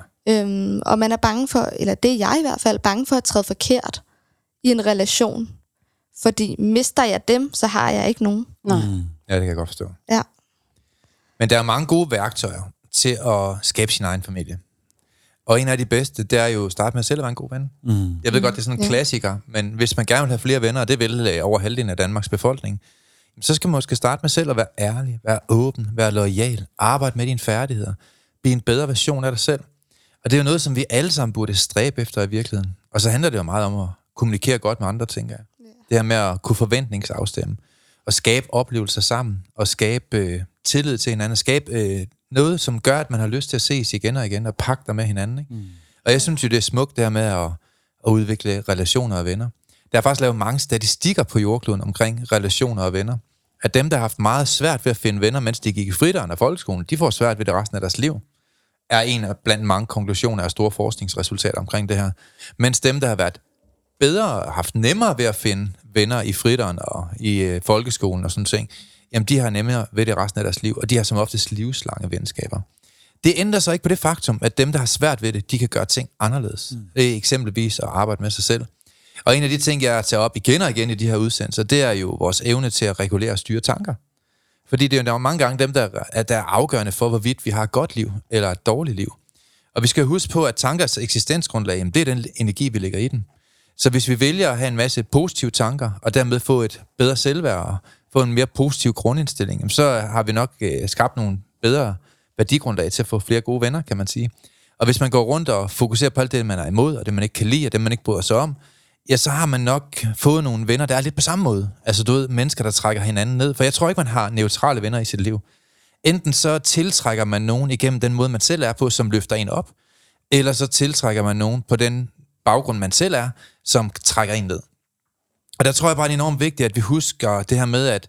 Og man er bange for, eller det er jeg i hvert fald, bange for at træde forkert i en relation. Fordi mister jeg dem, så har jeg ikke nogen. Ja, det kan jeg godt forstå. Ja. Men der er mange gode værktøjer til at skabe sin egen familie. Og en af de bedste, det er jo at starte med selv at være en god ven. Jeg ved godt, det er sådan en klassiker, men hvis man gerne vil have flere venner, og det vil over halvdelen af Danmarks befolkning, så skal man måske starte med selv at være ærlig, være åben, være loyal, arbejde med dine færdigheder, blive en bedre version af dig selv. Og det er jo noget, som vi alle sammen burde stræbe efter i virkeligheden. Og så handler det jo meget om at kommunikere godt med andre, tænker jeg. Det her med at kunne forventningsafstemme, og skabe oplevelser sammen, og skabe tillid til hinanden, skabe noget, som gør, at man har lyst til at ses igen og igen, og pakke dig med hinanden. Ikke? Og jeg synes jo, det er smukt, det her med at udvikle relationer og venner. Der er faktisk lavet mange statistikker på jordkloden omkring relationer og venner. At dem, der har haft meget svært ved at finde venner, mens de gik i fritteren af folkeskolen, de får svært ved det resten af deres liv, er en af blandt mange konklusioner af store forskningsresultater omkring det her. Mens dem, der har været bedre, haft nemmere ved at finde venner i fritteren og i folkeskolen og sådan ting, jamen de har nemmere ved det resten af deres liv, og de har som oftest livslange venskaber. Det ændrer sig ikke på det faktum, at dem, der har svært ved det, de kan gøre ting anderledes. Det er eksempelvis at arbejde med sig selv. Og en af de ting, jeg tager op igen og igen i de her udsendelser, det er jo vores evne til at regulere og styre tanker. Fordi det er jo der er mange gange dem, der er afgørende for, hvorvidt vi har et godt liv eller et dårligt liv. Og vi skal huske på, at tankers eksistensgrundlag, jamen, det er den energi, vi lægger i den. Så hvis vi vælger at have en masse positive tanker, og dermed få et bedre selvværd, og få en mere positiv grundindstilling, jamen, så har vi nok skabt nogle bedre værdigrundlag til at få flere gode venner, kan man sige. Og hvis man går rundt og fokuserer på alt det, man er imod, og det, man ikke kan lide, og det, man ikke bryder sig om, ja, så har man nok fået nogle venner, der er lidt på samme måde. Altså, du ved, mennesker, der trækker hinanden ned. For jeg tror ikke, man har neutrale venner i sit liv. Enten så tiltrækker man nogen igennem den måde, man selv er på, som løfter en op, eller så tiltrækker man nogen på den baggrund, man selv er, som trækker en ned. Og der tror jeg bare, det er enormt vigtigt, at vi husker det her med, at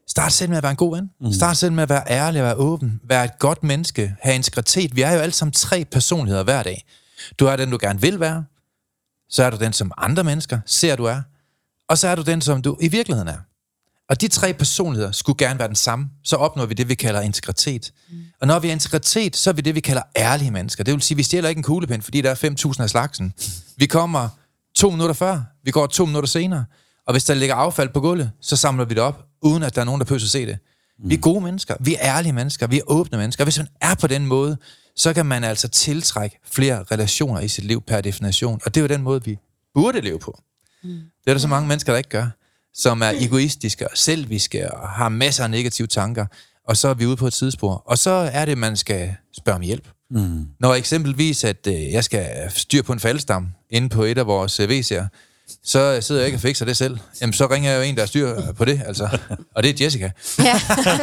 Start selv med at være en god ven. Start selv med at være ærlig, være åben, være et godt menneske, have integritet. Vi er jo alle sammen 3 personligheder hver dag. Du er den, du gerne vil være. Så er du den, som andre mennesker ser, du er. Og så er du den, som du i virkeligheden er. Og de 3 personligheder skulle gerne være den samme. Så opnår vi det, vi kalder integritet. Og når vi har integritet, så er vi det, vi kalder ærlige mennesker. Det vil sige, at vi stjæler ikke en kuglepen, fordi der er 5.000 af slagsen. Vi kommer 2 minutter før, vi går 2 minutter senere. Og hvis der ligger affald på gulvet, så samler vi det op, uden at der er nogen, der behøver at se det. Vi er gode mennesker, vi er ærlige mennesker, vi er åbne mennesker. Hvis man er på den måde, så kan man altså tiltrække flere relationer i sit liv per definition. Og det er jo den måde, vi burde leve på. Det er der så mange mennesker, der ikke gør, som er egoistiske og selviske og har masser af negative tanker. Og så er vi ude på et sidespor. Og så er det, man skal spørge om hjælp. Når eksempelvis, at jeg skal styre på en faldstamme inde på et af vores WC'er, så sidder jeg ikke og fikser det selv. Jamen, så ringer jeg jo en, der styrer på det, altså. Og det er Jessica. Ja.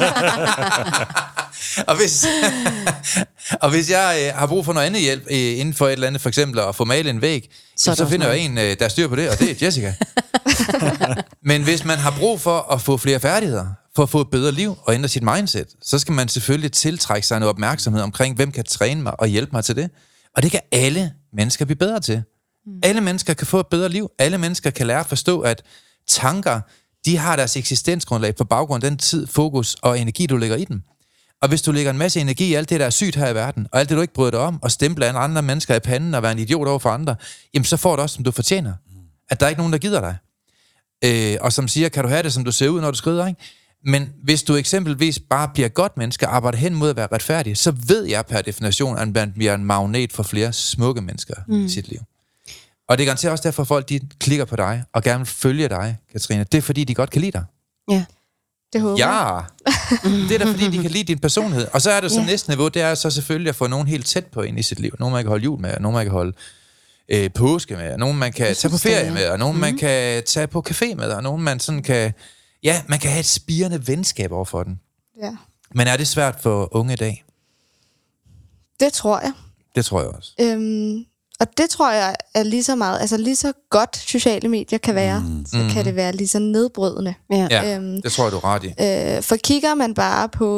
og hvis jeg har brug for noget andet hjælp inden for et eller andet, for eksempel at få malet en væg, så finder jeg en, der styrer på det, og det er Jessica. Men hvis man har brug for at få flere færdigheder, for at få et bedre liv og ændre sit mindset, så skal man selvfølgelig tiltrække sig noget opmærksomhed omkring, hvem kan træne mig og hjælpe mig til det. Og det kan alle mennesker blive bedre til. Alle mennesker kan få et bedre liv. Alle mennesker kan lære at forstå, at tanker, de har deres eksistensgrundlag på baggrund af den tid, fokus og energi, du lægger i dem. Og hvis du lægger en masse energi i alt det, der er sygt her i verden, og alt det, du ikke bryder dig om, og stempler andre mennesker i panden og være en idiot over for andre, jamen så får du også, som du fortjener. At der er ikke nogen, der gider dig. Og som siger, kan du have det, som du ser ud, når du skrider, ikke? Men hvis du eksempelvis bare bliver godt menneske og arbejder hen mod at være retfærdig, så ved jeg per definition, at man bliver en magnet for flere smukke mennesker i sit liv. Og det er garanteret også derfor, at folk de klikker på dig og gerne vil følge dig, Katrine. Det er fordi, de godt kan lide dig. Ja, det håber jeg. Det er da fordi, de kan lide din personlighed. Og så er det så næste niveau, det er så selvfølgelig at få nogen helt tæt på ind i sit liv. Nogen man kan holde jul med, og nogen man kan holde påske med, og nogen man kan tage på ferie med, og nogen man kan tage på café med, og nogen man sådan kan... Ja, man kan have et spirende venskab over for den. Ja. Men er det svært for unge i dag? Det tror jeg. Det tror jeg også. Og det tror jeg er lige så meget, altså lige så godt sociale medier kan være, så kan det være lige så nedbrydende. Ja, det tror jeg, du er ret i. For kigger man bare på,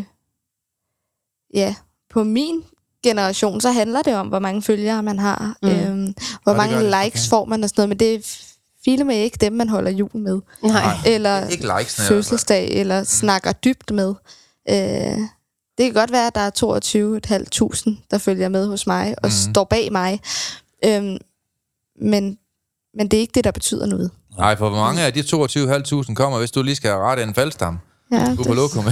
på min generation, så handler det om, hvor mange følgere man har, hvor mange likes får man og sådan noget, men det filmer ikke dem, man holder jul med. Nej. Eller ikke likesene, fødselsdag, eller snakker dybt med. Det kan godt være, at der er 22.500, der følger med hos mig, og står bag mig. Men det er ikke det, der betyder noget. Nej, for hvor mange af de 22.500 kommer, hvis du lige skal rette en faldstamme? Ja, på lokum.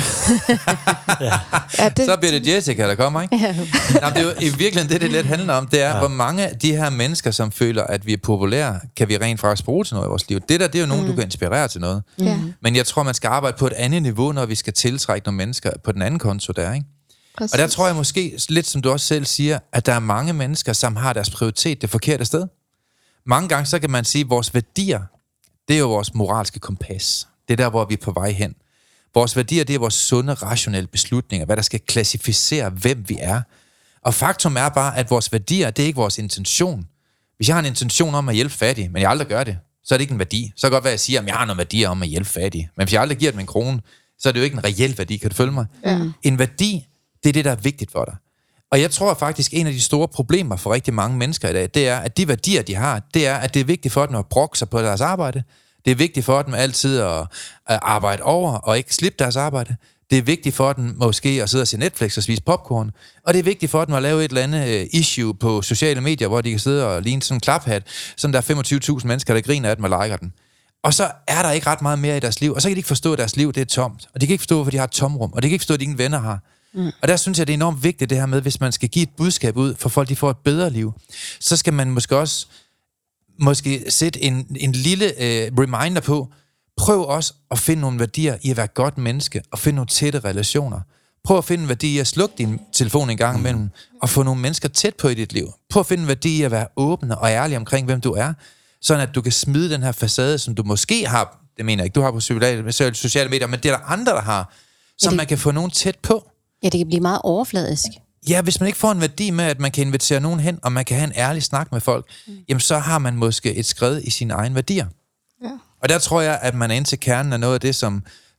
Så bliver det Jessica, der kommer, ikke? Ja. Nå, det er jo i virkeligheden det lidt handler om, det er, hvor mange af de her mennesker, som føler, at vi er populære, kan vi rent faktisk bruge til noget i vores liv. Det er jo nogen, du kan inspirere til noget. Men jeg tror, man skal arbejde på et andet niveau, når vi skal tiltrække nogle mennesker på den anden konto der, ikke? Præcis. Og der tror jeg måske, lidt som du også selv siger, at der er mange mennesker, som har deres prioritet det forkerte sted. Mange gange, så kan man sige, at vores værdier, det er jo vores moralske kompas. Det er der, hvor vi er på vej hen. Vores værdier, det er vores sunde, rationelle beslutninger, hvad der skal klassificere, hvem vi er. Og faktum er bare, at vores værdier, det er ikke vores intention. Hvis jeg har en intention om at hjælpe fattige, men jeg aldrig gør det, så er det ikke en værdi. Så kan det godt være, at jeg siger, at jeg har nogle værdier om at hjælpe fattige. Men hvis jeg aldrig giver dem en krone, så er det jo ikke en reel værdi. Kan du følge mig? Ja. En værdi, det er det, der er vigtigt for dig. Og jeg tror faktisk, en af de store problemer for rigtig mange mennesker i dag, det er, at de værdier, de har, det er, at det er vigtigt for dem at brokke sig på deres arbejde. Det er vigtigt for dem altid at arbejde over og ikke slippe deres arbejde. Det er vigtigt for dem måske at sidde og se Netflix og spise popcorn. Og det er vigtigt for dem at lave et eller andet issue på sociale medier, hvor de kan sidde og ligne sådan en klaphat, sådan der er 25.000 mennesker, der griner af dem og liker den. Og så er der ikke ret meget mere i deres liv, og så kan de ikke forstå, at deres liv det er tomt. Og de kan ikke forstå, hvorfor de har et tomrum, og de kan ikke forstå, at de ingen venner har. Og der synes jeg, det er enormt vigtigt det her med, hvis man skal give et budskab ud, for folk de får et bedre liv, så skal man måske også sætte en lille reminder på, prøv også at finde nogle værdier i at være et godt menneske, og finde nogle tætte relationer. Prøv at finde en værdi i at slukke din telefon en gang imellem, og få nogle mennesker tæt på i dit liv. Prøv at finde en værdi i at være åben og ærlig omkring, hvem du er, sådan at du kan smide den her facade, som du måske har, det mener jeg ikke, du har på sociale medier, men det er der andre, der har, så man kan få nogen tæt på. Ja, det kan blive meget overfladisk. Ja, hvis man ikke får en værdi med, at man kan invitere nogen hen, og man kan have en ærlig snak med folk, jamen så har man måske et skred i sine egne værdier. Ja. Og der tror jeg, at man er inde til kernen af noget af det, som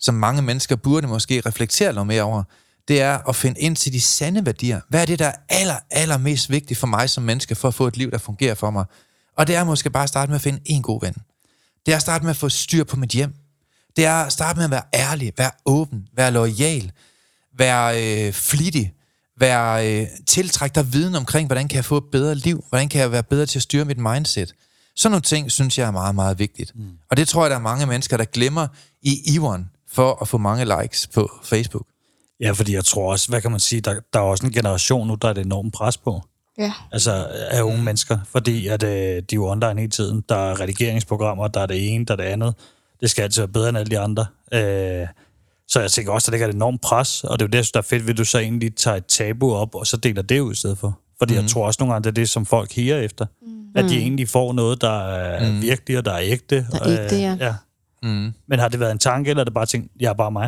som mange mennesker burde måske reflektere noget mere over, det er at finde ind til de sande værdier. Hvad er det, der er allermest vigtigt for mig som menneske, for at få et liv, der fungerer for mig? Og det er måske bare at starte med at finde en god ven. Det er at starte med at få styr på mit hjem. Det er at starte med at være ærlig, være åben, være loyal, være flittig, tiltrække dig viden omkring, hvordan kan jeg få et bedre liv, hvordan kan jeg være bedre til at styre mit mindset. Sådan nogle ting, synes jeg er meget, meget vigtigt. Og det tror jeg, der er mange mennesker, der glemmer i iveren for at få mange likes på Facebook. Ja, fordi jeg tror også, hvad kan man sige, der er også en generation nu, der er et enormt pres på. Ja. Altså af unge mennesker, fordi at, de er jo online hele tiden. Der er redigeringsprogrammer, der er det ene, der er det andet. Det skal altid være bedre end alle de andre. Så jeg tænker også, at der ligger et enormt pres, og det er jo det, jeg synes, der er fedt ved, at du så egentlig tager et tabu op, og så deler det ud i stedet for. Fordi jeg tror også nogle gange, det er det, som folk higer efter. At de egentlig får noget, der er virkelig, og der er ægte. Der er ægte, ja. Men har det været en tanke, eller er det bare tænkt, jeg er bare mig?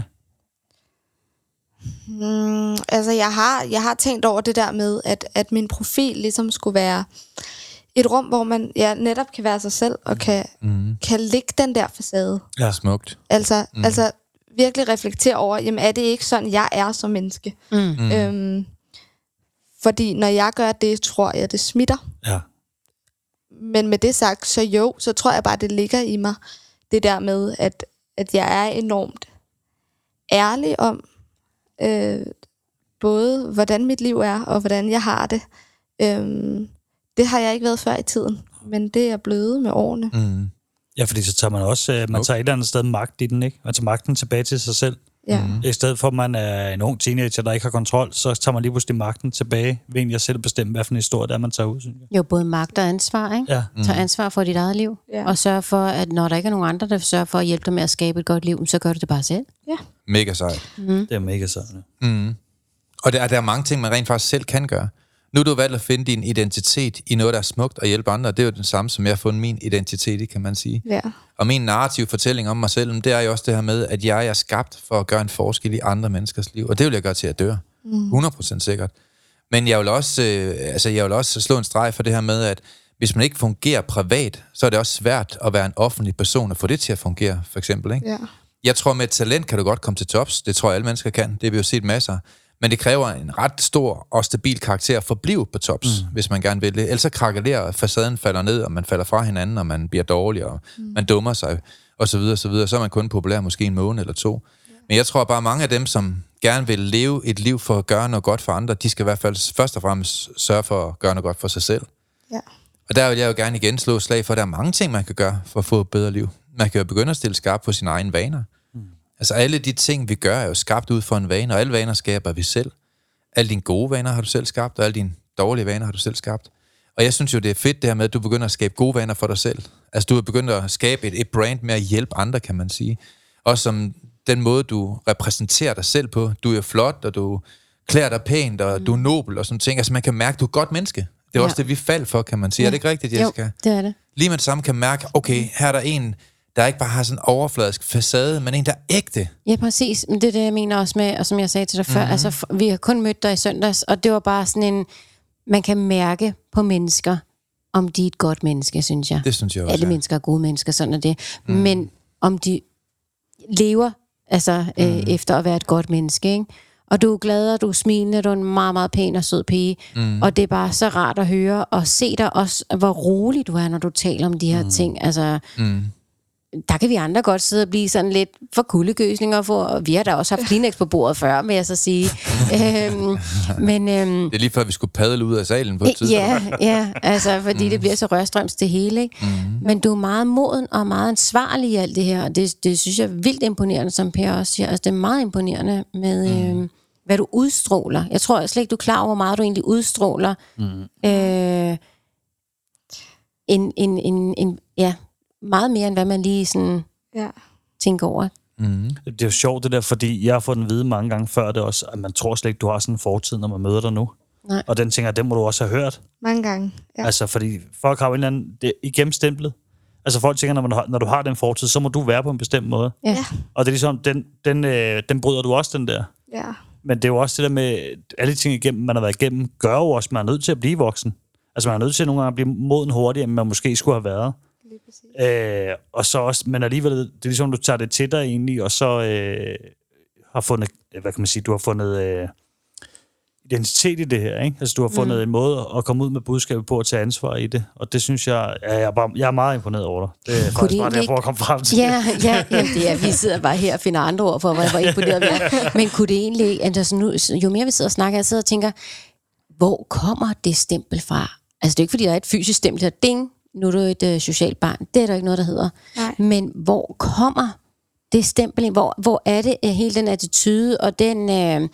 Altså, jeg har tænkt over det der med, at min profil ligesom skulle være et rum, hvor man netop kan være sig selv, og kan lægge den der facade. Ja, smukt. Altså virkelig reflektere over, jamen er det ikke sådan, jeg er som menneske? Fordi når jeg gør det, tror jeg, det smitter. Ja. Men med det sagt, så tror jeg bare, det ligger i mig, det der med, at jeg er enormt ærlig om, både hvordan mit liv er, og hvordan jeg har det. Det har jeg ikke været før i tiden, men det er blevet med årene. Ja, fordi så tager man også, man tager et eller andet sted magt i den, ikke? Man tager magten tilbage til sig selv. Ja. I stedet for, at man er en ung teenager, der ikke har kontrol, så tager man lige pludselig magten tilbage, ved egentlig at selv bestemme, hvad for en historie der man tager ud, synes jeg. Jo, både magt og ansvar, ikke? Ja. Tag ansvar for dit eget liv, og sørg for, at når der ikke er nogen andre, der sørger for at hjælpe dig med at skabe et godt liv, så gør du det bare selv. Ja. Mega sejt. Det er mega sejt, ja. Og der er mange ting, man rent faktisk selv kan gøre. Nu har du valgt at finde din identitet i noget, der er smukt, og hjælpe andre. Det er jo det samme, som jeg har fundet min identitet i, kan man sige. Ja. Og min narrativ fortælling om mig selv, det er jo også det her med, at jeg er skabt for at gøre en forskel i andre menneskers liv. Og det vil jeg gøre til at dør. 100% sikkert. Men jeg vil også slå en streg for det her med, at hvis man ikke fungerer privat, så er det også svært at være en offentlig person og få det til at fungere, for eksempel. Ikke? Ja. Jeg tror, med et talent kan du godt komme til tops. Det tror jeg, alle mennesker kan. Det har vi jo set masser. Men det kræver en ret stor og stabil karakter at forblive på tops, hvis man gerne vil det. Ellers så krakelerer, facaden falder ned, og man falder fra hinanden, og man bliver dårlig, og man dummer sig, og så videre, så videre. Så er man kun populær måske en måned eller to. Men jeg tror bare, mange af dem, som gerne vil leve et liv for at gøre noget godt for andre, de skal i hvert fald først og fremmest sørge for at gøre noget godt for sig selv. Ja. Og der vil jeg jo gerne igen slå slag for, at der er mange ting, man kan gøre for at få et bedre liv. Man kan jo begynde at stille skarpt på sine egne vaner. Altså alle de ting, vi gør, er jo skabt ud for en vane, og alle vaner skaber vi selv. Alle dine gode vaner har du selv skabt, og alle dine dårlige vaner har du selv skabt. Og jeg synes jo, det er fedt det her med, at du begynder at skabe gode vaner for dig selv. Altså du er begyndt at skabe et brand med at hjælpe andre, kan man sige. Også som den måde, du repræsenterer dig selv på. Du er jo flot, og du klæder dig pænt, og du er nobel og sådan ting. Altså man kan mærke, at du er et godt menneske. Det er også det, vi faldt for, kan man sige. Ja. Er det ikke rigtigt, Jessica? Jo, det er det. Lige med det samme kan mærke, okay, her er der en, der ikke bare har sådan en overfladisk facade, men en, der er ægte. Ja, præcis. Men det er det, jeg mener også med, og som jeg sagde til dig før, altså vi har kun mødt dig i søndags, og det var bare sådan en, man kan mærke på mennesker, om de er et godt menneske, synes jeg. Det synes jeg også, alle mennesker er gode mennesker, sådan er det. Men om de lever efter at være et godt menneske, ikke? Og du er glad, og du er smilende, du er en meget, meget pæn og sød pige. Og det er bare så rart at høre, og se dig også, hvor rolig du er, når du taler om de her ting. Altså, der kan vi andre godt sidde og blive sådan lidt for kuldegøsninger for, og vi har da også haft Kleenex på bordet før, vil jeg så sige. Men det er lige før, vi skulle padle ud af salen på et tidspunkt. Ja, altså, fordi det bliver så rørstrøms det hele, ikke? Men du er meget moden og meget ansvarlig i alt det her, og det synes jeg er vildt imponerende, som Per også siger. Altså, det er meget imponerende med, hvad du udstråler. Jeg tror slet ikke, du er klar over, hvor meget du egentlig udstråler. Meget mere, end hvad man lige sådan tænker over. Det er jo sjovt det der, fordi jeg har fået den vide mange gange før det også, at man tror slet ikke, du har sådan en fortid, når man møder dig nu. Nej. Og den tænker, den må du også have hørt. Mange gange, ja. Altså, fordi folk har jo en eller anden, det er igennem stemplet. Altså, folk tænker, når du har den fortid, så må du være på en bestemt måde. Ja. Og det er ligesom, den bryder du også, den der. Ja. Men det er jo også det der med, alle de ting igennem, man har været igennem, gør jo også, man er nødt til at blive voksen. Altså, man er nødt til nogle gange at blive moden hurtigere, end man måske skulle have været. Og så også, men alligevel, det er ligesom, du tager det til dig egentlig, og så har fundet, hvad kan man sige, du har fundet identitet i det her, ikke? Altså, du har fundet en måde at komme ud med budskabet på at tage ansvar i det, og det synes jeg, jeg er meget imponeret over dig. Det er faktisk bare det, jeg prøver at komme frem til. Ja, jamen, det er, vi sidder bare her og finder andre ord for, hvor imponeret vi er. Men kunne det egentlig, altså nu, jo mere vi sidder og snakker, jeg sidder og tænker, hvor kommer det stempel fra? Altså, det er ikke, fordi der er et fysisk stempel, der ding, nu er du et socialt barn. Det er der ikke noget, der hedder. Nej. Men hvor kommer det stempel? Hvor er det hele den attitude og den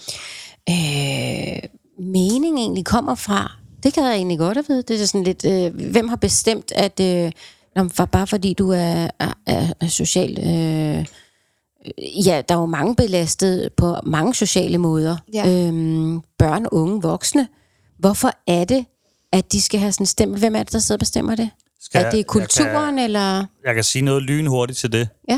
mening egentlig kommer fra? Det kan jeg egentlig godt at vide. Det er sådan lidt, hvem har bestemt, at bare fordi du er social... ja, der er jo mange belastet på mange sociale måder. Ja. Børn, unge, voksne. Hvorfor er det, at de skal have sådan en stempel? Hvem er det, der sidder og bestemmer det? Er det kulturen, eller...? Jeg kan sige noget lynhurtigt til det. Ja.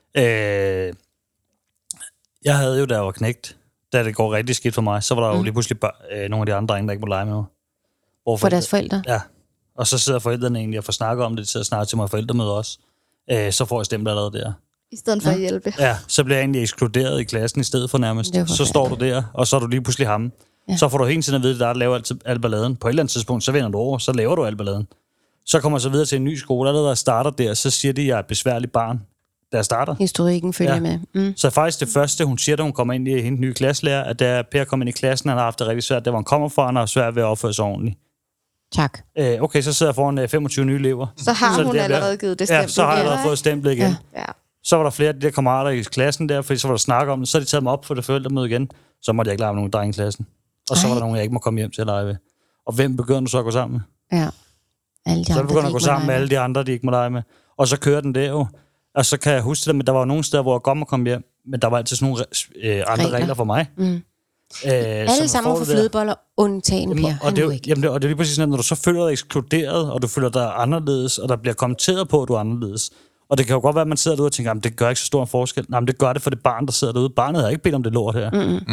Jeg havde jo, da jeg var knægt, da det går rigtig skidt for mig, så var der jo lige pludselig nogle af de andre drenge, der ikke må lege med mig. For deres forældre? Ja. Og så sidder forældrene egentlig og får snakket om det, til at snakke til mig forældremøde også. Så får jeg stempel allerede der. I stedet for at hjælpe. Ja, så bliver jeg egentlig ekskluderet i klassen i stedet for nærmest. Så står du der, og så er du lige pludselig ham. Ja. Så får du hele tiden at vide, at der laver al balladen. På et eller andet tidspunkt, så vender du over, så laver du al balladen. Så kommer jeg så videre til en ny skole, allerede der starter der, så siger de, at jeg er et besværligt barn, da jeg starter. Historikken følger med. Så faktisk det første, hun siger, da hun kommer ind i hendes nye klasselærer, at da Per kom ind i klassen, han har haft det rigtig svært, det var han kommer fra, han har svært ved at opføre sig ordentligt. Tak. Okay, så sidder jeg foran 25 nye elever. Så har hun allerede givet det stempel. Ja, så har jeg allerede fået stemplet igen. Ja. Så var der flere af de der kammerater i klassen der, fordi så var der snak om det, så har de taget mig op for det forældremøde igen. Så måtte jeg ikke lege med nogen drenge i klassen. Og så var der nogen, jeg ikke må komme hjem til at lege ved. Og hvem begynder du så at gå sammen med? Ja. Alle de så andre, begynder at gå sammen med alle de andre, de ikke må lege med. Og så kører den der jo. Og så kan jeg huske det, men der var nogle steder, hvor jeg godt må komme hjem, men der var altid sådan nogle andre regler for mig. Alle sammen for flødeboller, undtagen Per. Og det er lige præcis sådan, at når du så føler dig ekskluderet, og du føler dig anderledes, og der bliver kommenteret på, at du er anderledes. Og det kan jo godt være, at man sidder derude og tænker, det gør ikke så stor en forskel. Nej, men det gør det for det barn, der sidder derude. Barnet har ikke bedt om det lort her.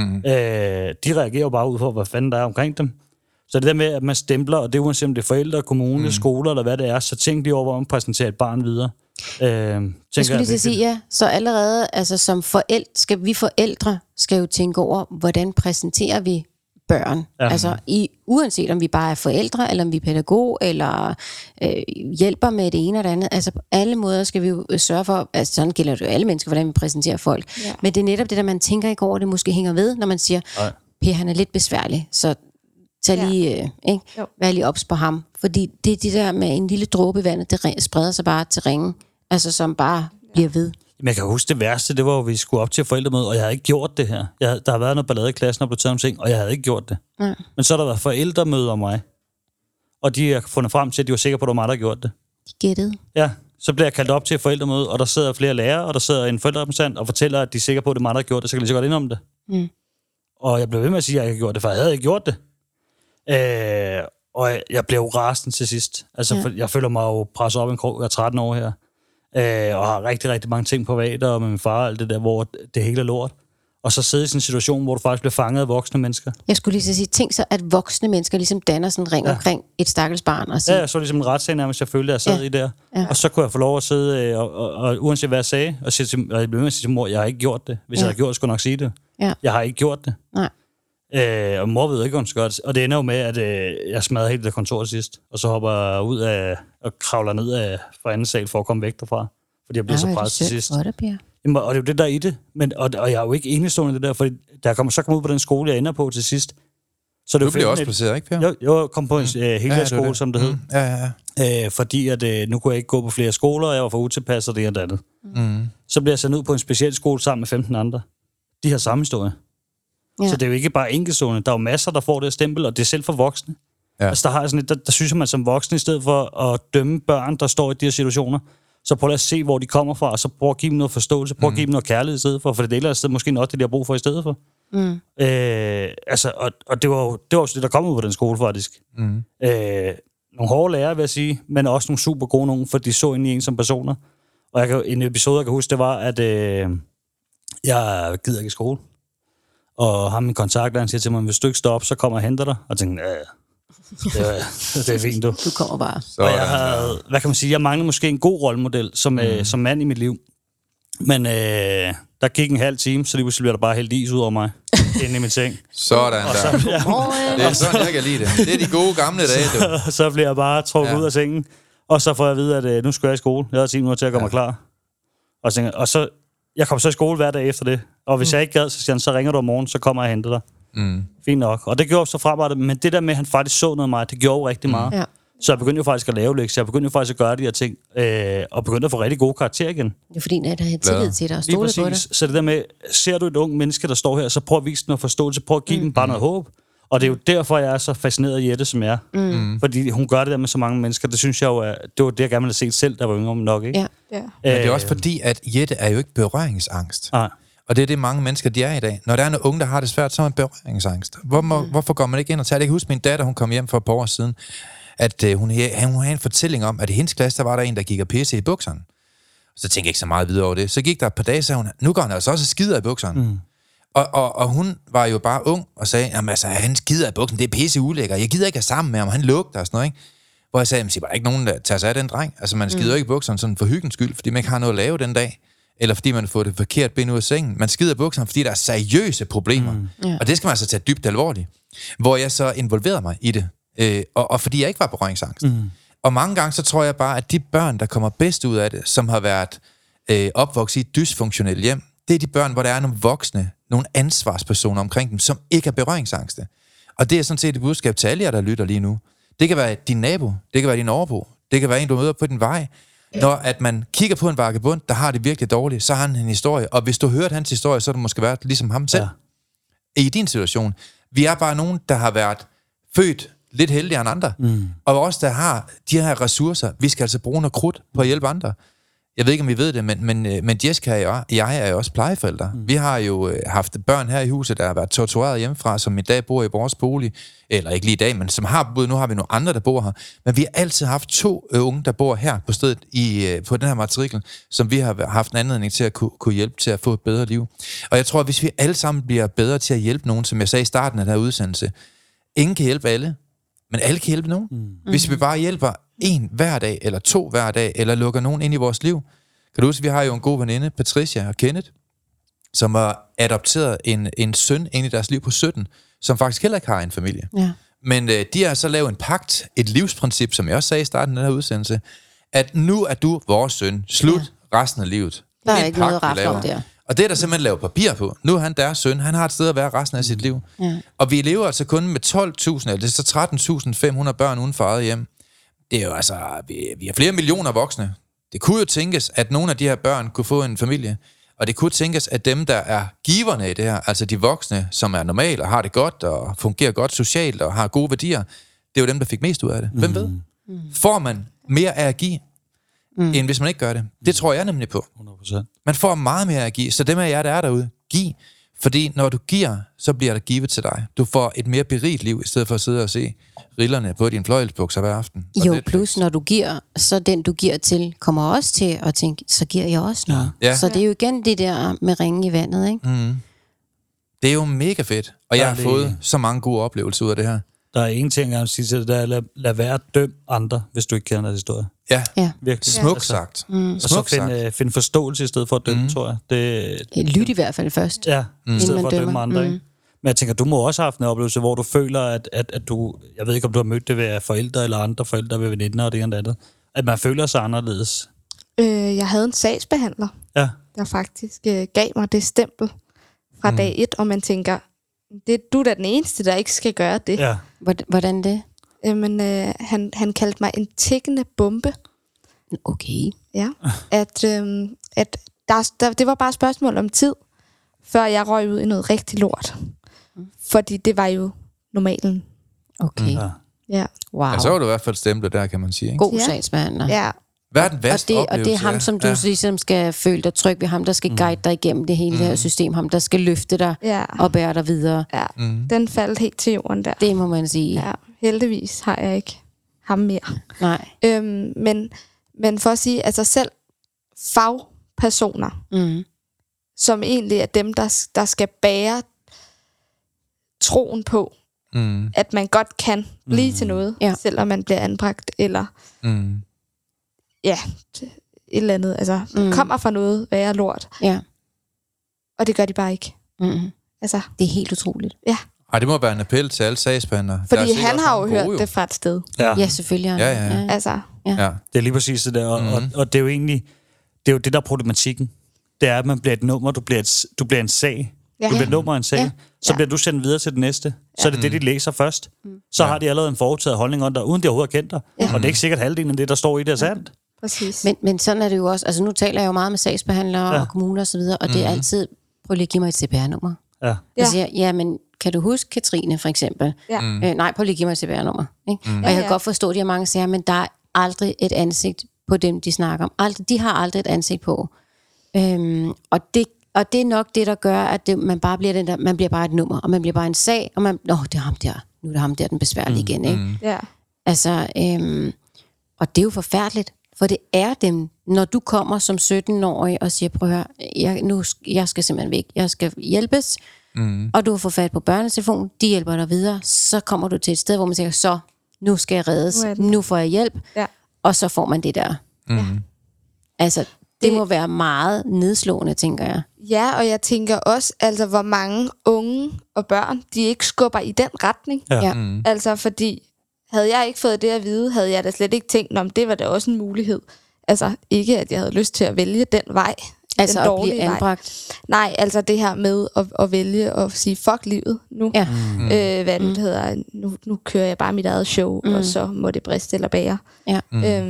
De reagerer jo bare ud på, hvad fanden der er omkring dem. Så det der med, at man stempler, og det er uanset om det er forældre, kommune, skoler eller hvad det er, så tænk lige over, hvor man præsenterer et barn videre. Jeg skulle lige til sige, ja. Så allerede, altså som forældre skal jo tænke over, hvordan præsenterer vi børn. Ja. Altså uanset om vi bare er forældre, eller om vi er pædagog, eller hjælper med det ene eller det andet. Altså på alle måder skal vi jo sørge for, altså sådan gælder det jo alle mennesker, hvordan vi præsenterer folk. Ja. Men det er netop det, der man tænker ikke over, det måske hænger ved, når man siger, Per, han er lidt besværlig, så tag lige, vær lige ops på ham. Fordi det er det der med en lille dråbe i vandet, det spreder sig bare til ringen, altså som bare bliver ved. Men jeg kan huske det værste, det var jo, vi skulle op til forældremøde, og jeg havde ikke gjort det her. Der har været noget ballade i klassen, og blev taget om ting, og jeg havde ikke gjort det. Ja. Men så har der været forældremøde om mig, og de har fundet frem til, at de var sikre på, at det var mig, der havde gjort det. De gættede. Ja, så bliver jeg kaldt op til forældremøde, og der sidder flere lærere, og der sidder en forældrerepræsentant og fortæller, at de er sikre på, at det er mig, der har gjort det, så kan de så godt ind om det. Og jeg blev ved med at sige, at jeg ikke har gjort det, for jeg havde ikke gjort det. Og jeg blev jo rasende til sidst. Altså, jeg føler mig jo presset op en krog. Jeg er 13 år her. Og har rigtig, rigtig mange ting på vater, og med min far og alt det der, hvor det hele er lort. Og så sidde i sådan en situation, hvor du faktisk bliver fanget af voksne mennesker. Jeg skulle lige sige, tænk så, at voksne mennesker ligesom danner sådan en ring omkring et stakkels barn. Og sige, ja, så ligesom en retssag nærmest, jeg følte, jeg sad i der. Ja. Og så kunne jeg få lov at sidde, og uanset hvad jeg sagde, og jeg blev med at sige til mor, jeg har ikke gjort det. Hvis jeg havde gjort det, skulle jeg nok sige det. Ja. Jeg har ikke gjort det. Nej. Og mor ved ikke, om hun skal gøre det. Og det ender jo med, at jeg smadrer helt det kontor sidst, og så hopper jeg ud af og kravler ned fra anden sal for at komme væk derfra. Fordi jeg bliver så presset til sidst. Jamen, og det er jo det, der er i det. Men, og jeg er jo ikke enestående i det der, fordi da jeg kommer ud på den skole, jeg ender på til sidst. Så det du bliver også placeret, ikke, Per? Jeg kom på en heldagsskole, som det hed. Fordi at nu kunne jeg ikke gå på flere skoler, og jeg var for utilpasset det og det andet. Så bliver jeg sendt ud på en speciel skole sammen med 15 andre. De har samme historie. Ja. Så det er jo ikke bare enkeltstående. Der er jo masser, der får det stempel, og det er selv for voksne. Ja. Altså, der har sådan et, der synes man som voksne, i stedet for at dømme børn, der står i de her situationer, så prøv at se, hvor de kommer fra, og så prøv at give dem noget forståelse, prøv at give dem noget kærlighed i stedet for det deler sted måske noget, det de har brug for i stedet for. Og det var jo det, der kom ud på den skole, faktisk. Nogle hårde lærere, vil jeg sige, men også nogle super gode nogen, for de så ind i en som personer. Og en episode, jeg kan huske, det var, at jeg gider ikke i skole. Og ham min kontakt, han siger til mig, hvis du ikke står op, så kommer jeg og henter dig. Og jeg tænkte, Det er fint, du. Du kommer bare. Og jeg havde, hvad kan man sige, jeg manglede måske en god rollemodel som mand i mit liv. Men der gik en halv time, så lige pludselig bliver der bare hældt is ud over mig. Inde i min seng. Sådan der. Det er sådan, jeg kan lide det. Det er de gode gamle dage, du. Så bliver jeg bare trukket ud af sengen. Og så får jeg at vide, at nu skal jeg i skole. Jeg havde 10 minutter til at gøre mig klar. Og så jeg kom så i skole hver dag efter det. Og hvis jeg ikke gad, så siger han, så ringer du om morgenen, så kommer jeg og henter dig. Fint nok. Og det gjorde så fremadrettet. Men det der med, at han faktisk så noget af mig, det gjorde rigtig meget. Ja. Så jeg begyndte jo faktisk at lave lektier. Jeg begyndte jo faktisk at gøre de her ting. Og begyndte at få rigtig gode karakterer igen. Det er fordi, at der havde tillid til dig og stole på dig. Så det der med, ser du et ung menneske, der står her, så prøv at vise dem noget forståelse. Prøv at give dem bare noget håb. Og det er jo derfor, jeg er så fascineret af Jette, som jeg er. Fordi hun gør det der med så mange mennesker. Det synes jeg jo, det var det, jeg gerne ville have set selv, der var yngre nok, ikke? Ja. Men det er også fordi, at Jette er jo ikke berøringsangst. Nej. Og det er det, mange mennesker, de er i dag. Når der er nogle unge, der har det svært, så er man berøringsangst. Hvorfor går man ikke ind og tager det? Jeg kan huske min datter, hun kom hjem for et par år siden, at hun havde en fortælling om, at i hendes klasse, der var der en, der gik og pisse i bukserne. Så tænkte jeg ikke så meget videre over det. Så gik der et par dage, sagde hun, nu går han altså også skider i bukserne. Og hun var jo bare ung og sagde, jamen altså, han skider i bukserne, det er pisse ulækker. Jeg gider ikke have sammen med ham, han lugter og sådan noget, ikke? Hvor jeg sagde, jamen, der er ikke nogen, der tager sig af den dreng. Altså, man skider ikke i bukserne sådan for hyggens skyld, fordi man ikke har noget at lave den dag. Eller fordi man får det forkert ben ud af sengen. Man skider i bukserne, fordi der er seriøse problemer. Og det skal man altså tage dybt alvorligt. Hvor jeg så involverede mig i det. Og fordi jeg ikke var berøringsangst. Og mange gange så tror jeg bare, at de børn, der kommer bedst ud af det, som har været opvokset i et dysfunktionelt hjem, det er de børn, hvor der er nogle voksne, nogle ansvarspersoner omkring dem, som ikke er berøringsangste. Og det er sådan set et budskab til alle jer, der lytter lige nu. Det kan være din nabo, det kan være din overbo, det kan være en, du møder på din vej. Når at man kigger på en vagabond, der har det virkelig dårligt, så har han en historie. Og hvis du hørte hans historie, så har det måske været ligesom ham selv. Ja. I din situation. Vi er bare nogen, der har været født lidt heldigere end andre. Og også der har de her ressourcer, vi skal altså bruge noget krudt på at hjælpe andre. Jeg ved ikke, om vi ved det, men Jessica og jeg er jo også plejeforældre. Vi har jo haft børn her i huset, der har været tortureret hjemmefra, som i dag bor i vores bolig. Eller ikke lige i dag, men som har boet. Nu har vi nogle andre, der bor her. Men vi har altid haft 2 unge, der bor her på stedet på den her matrikel, som vi har haft en anledning til at kunne hjælpe til at få et bedre liv. Og jeg tror, at hvis vi alle sammen bliver bedre til at hjælpe nogen, som jeg sagde i starten af den her udsendelse, ingen kan hjælpe alle, men alle kan hjælpe nogen. Hvis vi bare hjælper 1 hver dag, eller 2 hver dag, eller lukker nogen ind i vores liv. Kan du huske, vi har jo en god veninde, Patricia og Kenneth, som har adopteret en søn ind i deres liv på 17, som faktisk heller ikke har en familie. Ja. Men de har så lavet en pagt, et livsprincip, som jeg også sagde i starten af den her udsendelse, at nu er du vores søn. Slut resten af livet. Der er ikke noget at rafle om der. Og det er der simpelthen lavet papir på. Nu er han deres søn. Han har et sted at være resten af sit liv. Ja. Og vi lever altså kun med 12.000, eller det er så 13.500 børn uden for eget hjem. Det er jo altså, vi har flere millioner voksne. Det kunne jo tænkes, at nogle af de her børn kunne få en familie. Og det kunne tænkes, at dem, der er giverne i det her, altså de voksne, som er normale og har det godt og fungerer godt socialt og har gode værdier, det er jo dem, der fik mest ud af det. Hvem ved? Får man mere af at give, end hvis man ikke gør det? Det tror jeg nemlig på. 100%. Man får meget mere at give, så dem af jer, der er derude, giv. Fordi når du giver, så bliver der givet til dig. Du får et mere berigt liv, i stedet for at sidde og se rillerne på din fløjelsbukser hver aften. Jo, plus når du giver, så den du giver til, kommer også til at tænke, så giver jeg også noget. Ja. Så det er jo igen det der med ringen i vandet, ikke? Det er jo mega fedt, og jeg har fået så mange gode oplevelser ud af det her. Der er en ting, jeg vil sige til det, der er lad være at dømme andre, hvis du ikke kender deres historie. Ja. Virkelig. Smukt sagt. Og så find forståelse i stedet for at dømme, tror jeg. Lyt i hvert fald først. Ja, i stedet for at dømme andre, ikke? Men jeg tænker, du må også have haft en oplevelse, hvor du føler, at du... Jeg ved ikke, om du har mødt det ved forældre eller andre forældre ved veninder og det ene andet. At man føler sig anderledes. Jeg havde en sagsbehandler, der faktisk gav mig det stempel fra dag 1, og man tænker, du er da den eneste, der ikke skal gøre det. Ja. Hvordan det? Jamen, han kaldte mig en tikkende bombe. Okay. Ja, at det var bare et spørgsmål om tid, før jeg røg ud i noget rigtig lort. Fordi det var jo normalen. Okay. Ja. Wow. Ja, så var du i hvert fald stemplet der, kan man sige. Ikke? God sagsbehandler. Ja. Hvad er den værste oplevelse? Og det er ham, som du ligesom skal føle dig tryg ved, ham, der skal guide dig igennem det hele her system, ham, der skal løfte dig og bære dig videre. Ja, den faldt helt til jorden der. Det må man sige. Ja, heldigvis har jeg ikke ham mere. Nej. Men for at sige, altså selv fagpersoner, som egentlig er dem, der skal bære troen på, at man godt kan blive til noget, selvom man bliver anbragt, eller et eller andet. Altså, kommer fra noget værre lort. Ja. Og det gør de bare ikke. Altså. Det er helt utroligt. Ja. Ej, det må være en appel til alle sagsbehandlere. Fordi han har jo hørt det fra et sted. Ja, selvfølgelig. Ja. Altså. Ja. Det er lige præcis det der. Og det er jo egentlig, det er jo det, der er problematikken. Det er, at man bliver et nummer, du bliver en sag. Du bliver et nummer af en sag. Så bliver du sendt videre til det næste. Så er det det, de læser først. Så har de allerede en forudtaget holdning om dig, uden de overhovedet har kendt dig. Og det er ikke sikkert halvdelen af det, der står i det er sandt. Præcis. Men sådan er det jo også. Altså nu taler jeg jo meget med sagsbehandlere og kommuner og så videre, og det er altid, prøv lige at give mig et CPR-nummer. Ja. Jeg siger, men kan du huske Katrine for eksempel? Ja. Nej, prøv lige at give mig et CPR-nummer. Og jeg kan godt forstå, at de har mange sager, men der er aldrig et ansigt på dem, de snakker om. De har aldrig et ansigt på. Og det er nok det, der gør, at man bare bliver man bliver bare et nummer, og man bliver bare en sag, og det er ham der. Nu er det ham der, den besværlige igen, ikke? Ja. Altså, og det er jo forfærdeligt, for det er dem, når du kommer som 17-årig og siger, prøv at høre, jeg skal simpelthen væk, jeg skal hjælpes, og du har fået fat på børnetelefonen, de hjælper dig videre, så kommer du til et sted, hvor man siger, så, nu skal jeg reddes, nu får jeg hjælp, og så får man det der. Altså, det må være meget nedslående, tænker jeg. Ja, og jeg tænker også, altså, hvor mange unge og børn, de ikke skubber i den retning. Ja. Altså, fordi havde jeg ikke fået det at vide, havde jeg da slet ikke tænkt, om det var da også en mulighed. Altså, ikke at jeg havde lyst til at vælge den vej. Altså den at blive anbragt? Nej, altså det her med at vælge at sige, fuck livet nu. Ja. Hvad det hedder, nu kører jeg bare mit eget show, og så må det briste eller bære. Ja.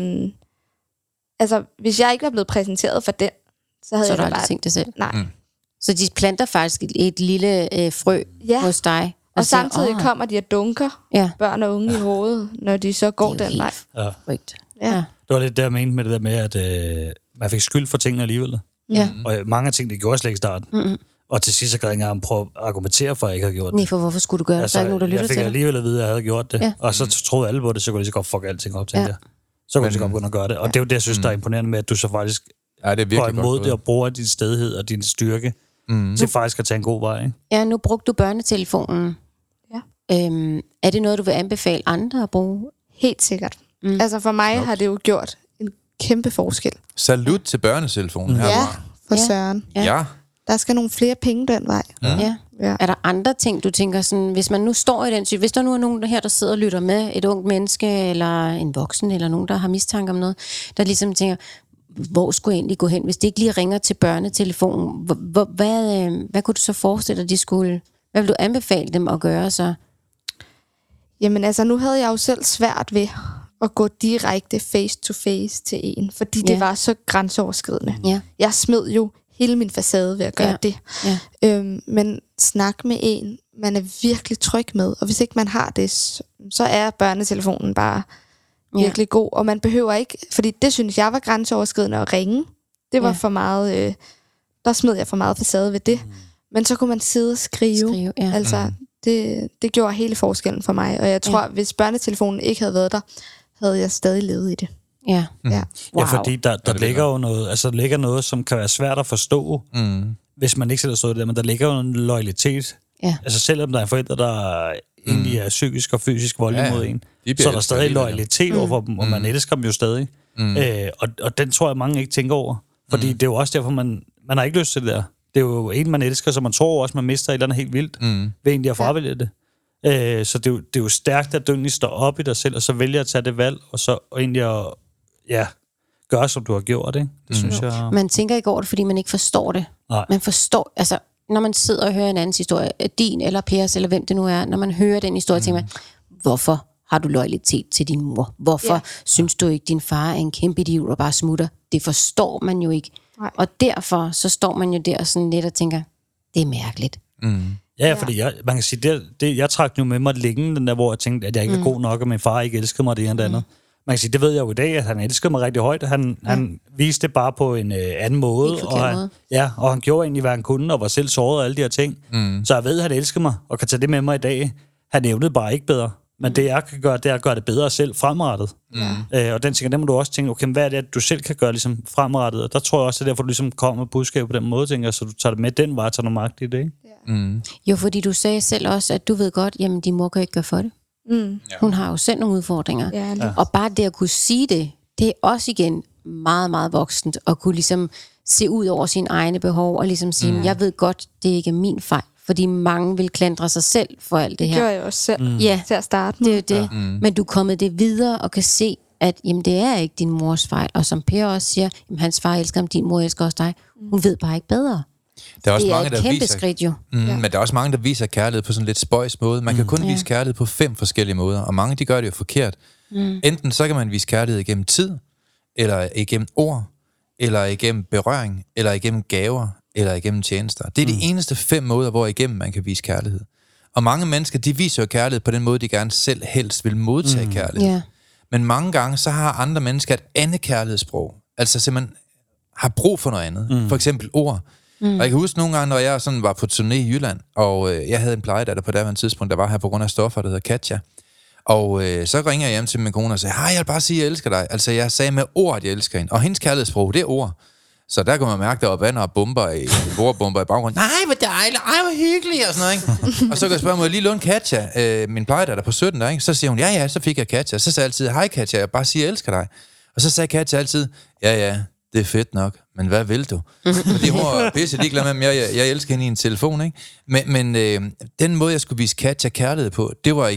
Altså, hvis jeg ikke var blevet præsenteret for den, så havde jeg da aldrig tænkt det selv. Nej. Så de planter faktisk et lille frø hos dig. Og samtidig kommer de og dunker børn og unge i hovedet, når de så går den vej. Ja. Det var lidt det, jeg mente med det der med, at man fik skyld for tingene alligevel. Ja. Og mange af tingene, det gjorde jeg slet ikke i starten. Og til sidst, så gad jeg ikke engang prøve at argumentere for, at jeg ikke havde gjort det. Nej, for hvorfor skulle du gøre det? Altså, der er ikke nogen, der lytter til det. Jeg fik alligevel at vide, at jeg havde gjort det. Ja. Og så troede alle på det, så kunne jeg lige så godt fuck alting op, tænkte jeg. Så kunne jeg så godt begynde at gøre det. Og det er jo det, jeg synes, der er imponerende med, at du så faktisk går imod det og bruger din stedhed og din styrke til faktisk at tage en god vej. Ikke? Ja, nu brugte du børnetelefonen. Ja. Er det noget, du vil anbefale andre at bruge? Helt sikkert. Altså for mig har det jo gjort en kæmpe forskel. Salut til børnetelefonen her. Ja, for Søren. Ja. Der skal nogle flere penge den vej. Ja. Er der andre ting, du tænker sådan, hvis man nu står i den situation, hvis der nu er nogen her, der sidder og lytter med, et ungt menneske, eller en voksen, eller nogen, der har mistanke om noget, der ligesom tænker, hvor skulle jeg egentlig gå hen, hvis det ikke lige ringer til børnetelefonen? Hvad kunne du så forestille dig, de skulle? Hvad vil du anbefale dem at gøre så? Jamen altså, nu havde jeg jo selv svært ved at gå direkte face to face til en, fordi det var så grænseoverskridende. Ja. Jeg smed jo hele min facade ved at gøre det. Ja. Men snak med en, man er virkelig tryg med, og hvis ikke man har det, så er børnetelefonen bare virkelig god, og man behøver ikke, fordi det synes jeg var grænseoverskridende at ringe. Det var for meget, der smed jeg for meget facade ved det. Men så kunne man sidde og skrive. Altså, det gjorde hele forskellen for mig, og jeg tror, hvis børnetelefonen ikke havde været der, havde jeg stadig levet i det. Ja. Wow. Ja, fordi der ligger jo noget, altså der ligger noget, som kan være svært at forstå, hvis man ikke selv har stået der, men der ligger jo en loyalitet. Ja. Altså selvom der er forældre, der egentlig er psykisk og fysisk voldelige mod en, så er der stadig loyalitet over dem, og man elsker dem jo stadig. Og den tror jeg, mange ikke tænker over. Fordi det er jo også derfor, man har ikke lyst til det der. Det er jo en, man elsker, så man tror også, man mister et eller andet helt vildt, ved egentlig at fravælge det. Så det er jo stærkt, at du egentlig står op i dig selv, og så vælger at tage det valg, og så egentlig at gøre, som du har gjort, ikke? Det synes jeg... Man tænker ikke over det, fordi man ikke forstår det. Nej. Man forstår, altså, når man sidder og hører en andens historie, din eller Pers, eller hvem det nu er, når man hører den historie, tænker man, hvorfor har du loyalitet til din mor? Hvorfor synes du ikke, din far er en kæmpe idiot og bare smutter? Det forstår man jo ikke. Nej. Og derfor så står man jo der sådan lidt og tænker, det er mærkeligt. Ja, fordi man kan sige, jeg trak nu med mig længe, den der, hvor jeg tænkte, at jeg ikke var god nok, og min far ikke elskede mig, det ene og det andet. Man kan sige, det ved jeg jo i dag, at han elskede mig rigtig højt. Han viste det bare på en anden måde. Og han gjorde egentlig, hvad han kunne, og var selv såret og alle de her ting. Så jeg ved, at han elskede mig, og kan tage det med mig i dag. Han evnede bare ikke bedre. Men det jeg kan gøre, det er at gøre det bedre selv fremadrettet. Og den må du også tænke, okay, hvad er det, at du selv kan gøre ligesom fremadrettet? Og der tror jeg også, at derfor du ligesom kommer med budskab på den måde, tænker, så du tager det med den vej, tager noget magt i det, ikke? Jo, fordi du sagde selv også, at du ved godt, jamen din mor kan ikke gøre for det. Hun har jo selv nogle udfordringer. Ja. Og bare det at kunne sige det, det er også igen meget, meget voksent, at kunne ligesom se ud over sine egne behov, og ligesom sige, jeg ved godt, det er ikke min fejl. Fordi mange vil klandre sig selv for alt det her. Det gør jeg også selv til at starte med. Det er det. Men du er kommet det videre og kan se, at jamen, det er ikke din mors fejl. Og som Per også siger, jamen, hans far elsker ham, din mor elsker også dig. Hun ved bare ikke bedre. Der er også det er mange, et kæmpe viser, skridt jo. Men der er også mange, der viser kærlighed på sådan lidt spøjs måde. Man kan kun vise kærlighed på 5 forskellige måder, og mange de gør det jo forkert. Enten så kan man vise kærlighed igennem tid, eller igennem ord, eller igennem berøring, eller igennem gaver, eller igennem tjenester. Det er de eneste 5 måder, hvor igennem man kan vise kærlighed. Og mange mennesker, de viser jo kærlighed på den måde, de gerne selv helst vil modtage kærlighed. Yeah. Men mange gange, så har andre mennesker et andet kærlighedssprog. Altså simpelthen har brug for noget andet. For eksempel ord. Og jeg kan huske nogle gange, når jeg sådan var på turné i Jylland, og jeg havde en plejedatter på daværende tidspunkt, der var her på grund af stoffer, der hedder Katja. Og så ringer jeg hjem til min kone og siger, hej, jeg vil bare sige, at jeg elsker dig. Altså, jeg sagde med ord, at jeg elsker hende. Og hendes kærlighedssprog, det er ord. Så der kan man mærke, der var vand og bomber i baggrunden. Nej, hvor dejligt, ej, hvor hyggeligt, og sådan noget, ikke? Og så kan jeg spørge, må jeg lige låne Katja, min plejedatter på 17 der, ikke? Så siger hun, ja, så fik jeg Katja. Så sagde jeg altid, hej Katja, jeg bare siger, jeg elsker dig. Og så sagde Katja altid, ja, det er fedt nok, men hvad vil du? Fordi hun var pisse ligeglad med, om jeg elsker hende i en telefon, ikke? Men den måde, jeg skulle vise Katja kærlighed på, det var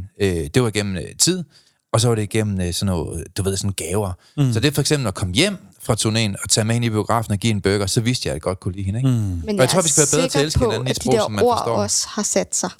igennem tid, og så var det igennem sådan noget, du ved, sådan gaver. Så det er for eksempel at komme hjem fra turnéen og tage med ind i biografen og give en burger, så vidste jeg, at jeg godt kunne lide hende, ikke? Men jeg tror, vi skal være bedre til at elske hinanden i et sprog, som man forstår. Ord også har sat sig.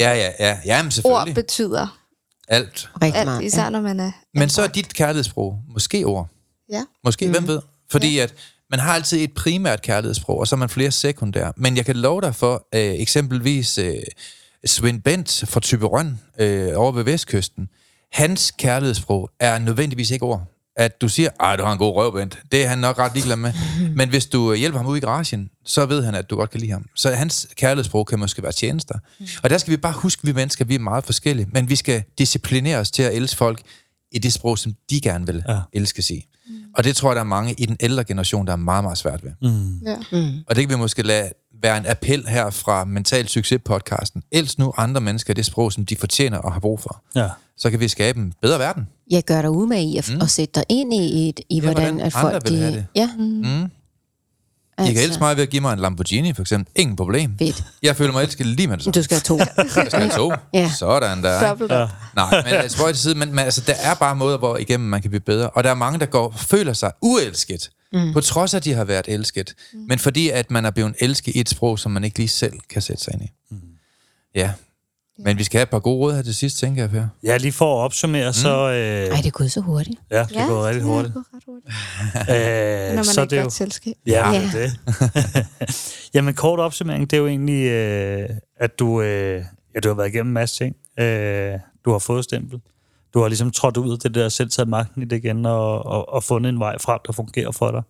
Ja, men selvfølgelig. Ord betyder alt. Alt, især når man er... Men så er dit kærlighedssprog måske ord. Ja. Måske, hvem ved? Fordi at man har altid et primært kærlighedssprog, og så er man flere sekundære. Men jeg kan love dig for, eksempelvis Svend Bent fra Thyborøn over ved Vestkysten. Hans kærlighedssprog er nødvendigvis ikke ord. At du siger, du har en god røv, Bent. Det er han nok ret ligeglad med. Men hvis du hjælper ham ud i garagen, så ved han, at du godt kan lide ham. Så hans kærlighedssprog kan måske være tjenester. Og der skal vi bare huske, at vi mennesker, vi er meget forskellige. Men vi skal disciplinere os til at elske folk i det sprog, som de gerne vil elskes i. Og det tror jeg, der er mange i den ældre generation, der er meget, meget svært ved. Og det kan vi måske lade være en appel her fra Mental Succes-podcasten. Elsk nu andre mennesker i det sprog, som de fortjener og har brug for. Ja. Så kan vi skabe en bedre verden. Jeg gør dig umage i at sætte dig ind i hvordan at folk... Andre vil have det. Ja. I kan elske mig ved at give mig en Lamborghini, for eksempel. Ingen problem. Fedt. Jeg føler mig elsket lige med det samme. Du skal have 2. Jeg skal have 2. Ja. Sådan der. Nej, men spøj til side. Men altså, der er bare måder, hvor igennem man kan blive bedre. Og der er mange, der føler sig uelsket. På trods af, at de har været elsket. Men fordi, at man er blevet elsket i et sprog, som man ikke lige selv kan sætte sig ind i. Ja. Men vi skal have et par gode råd her til sidst, tænker jeg, Per. Ja, lige for at opsummere, så... Ej, det er gået så hurtigt. Ja, det er gået rigtig hurtigt. Når man så ikke godt selskab. Ja, det. Jamen, kort opsummering, det er jo egentlig, at du har været igennem en masse ting. Du har fået stempel. Du har ligesom trådt ud af det der, selv taget magten i det igen, og fundet en vej frem, der fungerer for dig.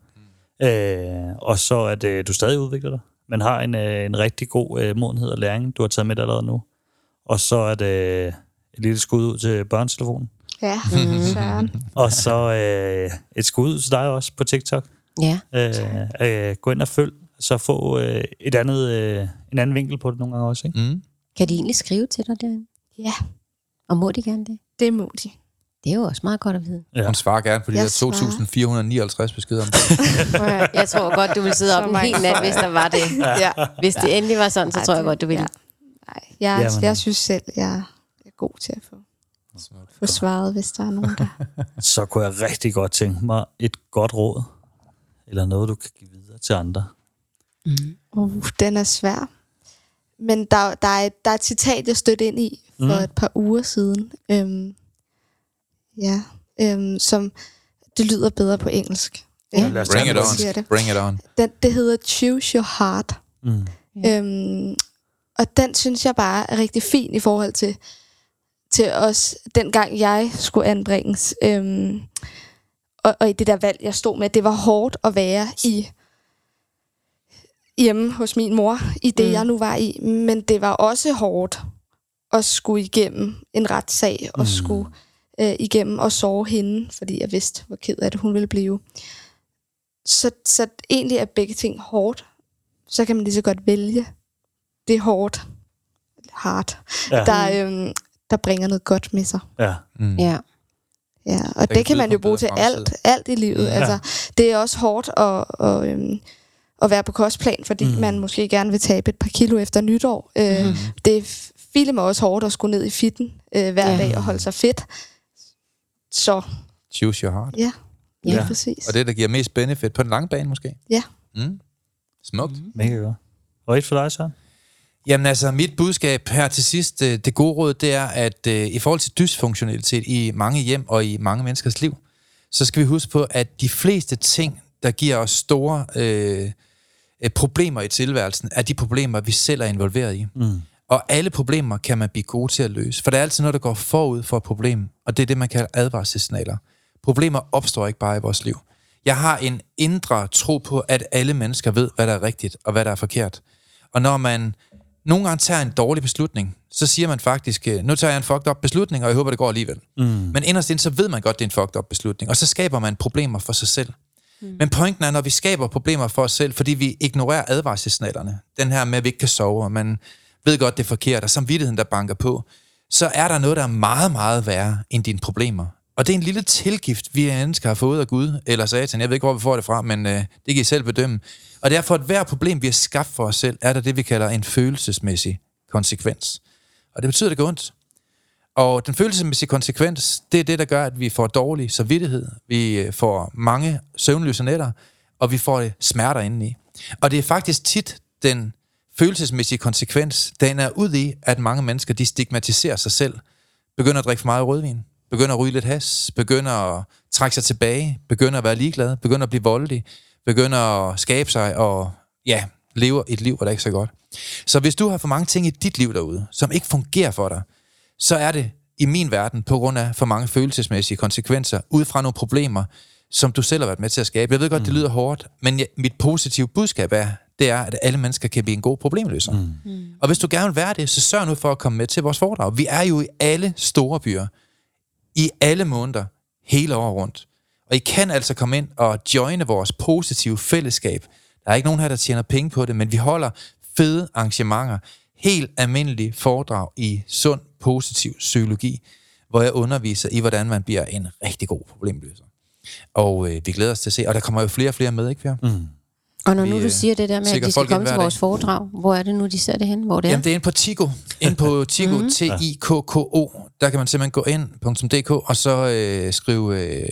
Og så at du stadig udvikler dig. Man har en rigtig god modenhed og læring, du har taget med dig allerede nu. Og så er det et lille skud ud til børnetelefonen. Ja, Søren. Og så et skud ud til dig også på TikTok. Ja. Gå ind og følg, så få en anden vinkel på det nogle gange også, ikke? Kan de egentlig skrive til dig derinde? Ja. Og må de gerne det? Det må de. Det er jo også meget godt at vide. Ja. Hun svarer gerne på de der 2.459 beskeder om det. Jeg tror godt, du vil sidde op en hel nat, hvis der var det. Ja. Hvis det endelig var sådan, så tror jeg godt, du ville. Nej, jeg synes selv, jeg er god til at få svaret, hvis der er nogen, der... Så kunne jeg rigtig godt tænke mig et godt råd, eller noget, du kan give videre til andre. Den er svær. Men der er et citat, jeg stødte ind i for et par uger siden. Som det lyder bedre på engelsk. Bring it on. Det hedder Choose Your Heart. Og den synes jeg bare er rigtig fin i forhold til os, dengang jeg skulle anbringes. Og i det der valg, jeg stod med, det var hårdt at være hjemme hos min mor, i det jeg nu var i. Men det var også hårdt at skulle igennem en retssag, og skulle igennem og sove hende, fordi jeg vidste, hvor ked af det hun ville blive. Så egentlig er begge ting hårdt. Så kan man lige så godt vælge det hårdt, der bringer noget godt med sig. Ja, og det kan man jo bruge til alt i livet. Altså, det er også hårdt at være på kostplan, fordi man måske gerne vil tabe et par kilo efter nytår. Det er filme også hårdt at skulle ned i fitten hver dag og holde sig fedt. Så choose your heart. Ja, præcis. Og det, der giver mest benefit på den lange bane måske. Ja. Smukt. Mega godt. Og et for dig, så? Jamen altså, mit budskab her til sidst, det gode råd, det er, at i forhold til dysfunktionalitet i mange hjem og i mange menneskers liv, så skal vi huske på, at de fleste ting, der giver os store problemer i tilværelsen, er de problemer, vi selv er involveret i. Og alle problemer kan man blive gode til at løse. For der er altid noget, der går forud for et problem, og det er det, man kalder advarselssignaler. Problemer opstår ikke bare i vores liv. Jeg har en indre tro på, at alle mennesker ved, hvad der er rigtigt og hvad der er forkert. Og når man nogle gange tager en dårlig beslutning, så siger man faktisk, nu tager jeg en fucked up beslutning, og jeg håber, det går alligevel. Men inderst inde, så ved man godt, det er en fucked up beslutning, og så skaber man problemer for sig selv. Men pointen er, når vi skaber problemer for os selv, fordi vi ignorerer advarselssignalerne, den her med, at vi ikke kan sove, og man ved godt, det er forkert, og samvittigheden, der banker på, så er der noget, der er meget, meget værre end dine problemer. Og det er en lille tilgift, vi mennesker har fået af Gud, eller satan, jeg ved ikke, hvor vi får det fra, men det kan I selv bedømme. Og derfor, at hver problem, vi har skabt for os selv, er der det, vi kalder en følelsesmæssig konsekvens. Og det betyder, at det går ondt. Og den følelsesmæssige konsekvens, det er det, der gør, at vi får dårlig samvittighed, vi får mange søvnløse nætter, og vi får smerter indeni. Og det er faktisk tit den følelsesmæssige konsekvens, den er ud i, at mange mennesker, de stigmatiserer sig selv, begynder at drikke for meget rødvin, begynder at ryge lidt hash, begynder at trække sig tilbage, begynder at være ligeglad, begynder at blive voldelig, begynder at skabe sig og lever et liv, hvor det ikke er så godt. Så hvis du har for mange ting i dit liv derude, som ikke fungerer for dig, så er det i min verden på grund af for mange følelsesmæssige konsekvenser, ud fra nogle problemer, som du selv har været med til at skabe. Jeg ved godt, det lyder hårdt, men mit positive budskab det er, at alle mennesker kan blive en god problemløser. Og hvis du gerne vil være det, så sørg nu for at komme med til vores foredrag. Vi er jo i alle store byer, i alle måneder, hele året rundt. Og I kan altså komme ind og joine vores positive fællesskab. Der er ikke nogen her, der tjener penge på det, men vi holder fede arrangementer, helt almindelige foredrag i sund, positiv psykologi, hvor jeg underviser i, hvordan man bliver en rigtig god problemløser. Og vi glæder os til at se, og der kommer jo flere og flere med, ikke Per? Og når nu du siger det der med, at de skal komme til vores foredrag, hvor er det nu, de ser det hen? Hvor det er? Jamen, det er inde på Tigo. Inde på Tigo, Tikko. Der kan man simpelthen gå ind.dk, og så skrive...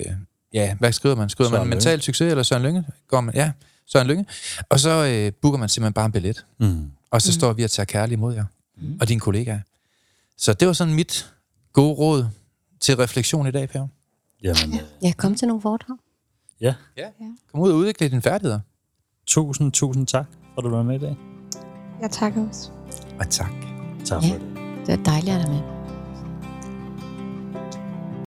hvad skriver man? Skriver man mental succes, eller Søren Lynge? Søren Lynge. Og så booker man simpelthen bare en billet. Og så står vi og tager kærligt imod jer. Og dine kollegaer. Så det var sådan mit gode råd til refleksion i dag, Per. Jamen, kom til nogle foredrag. Ja. Kom ud og udvikle dine færdigheder. Tusind tak, for at du var med i dag. Jeg takker også. Og tak. Tak for det. Det er dejligt at have med.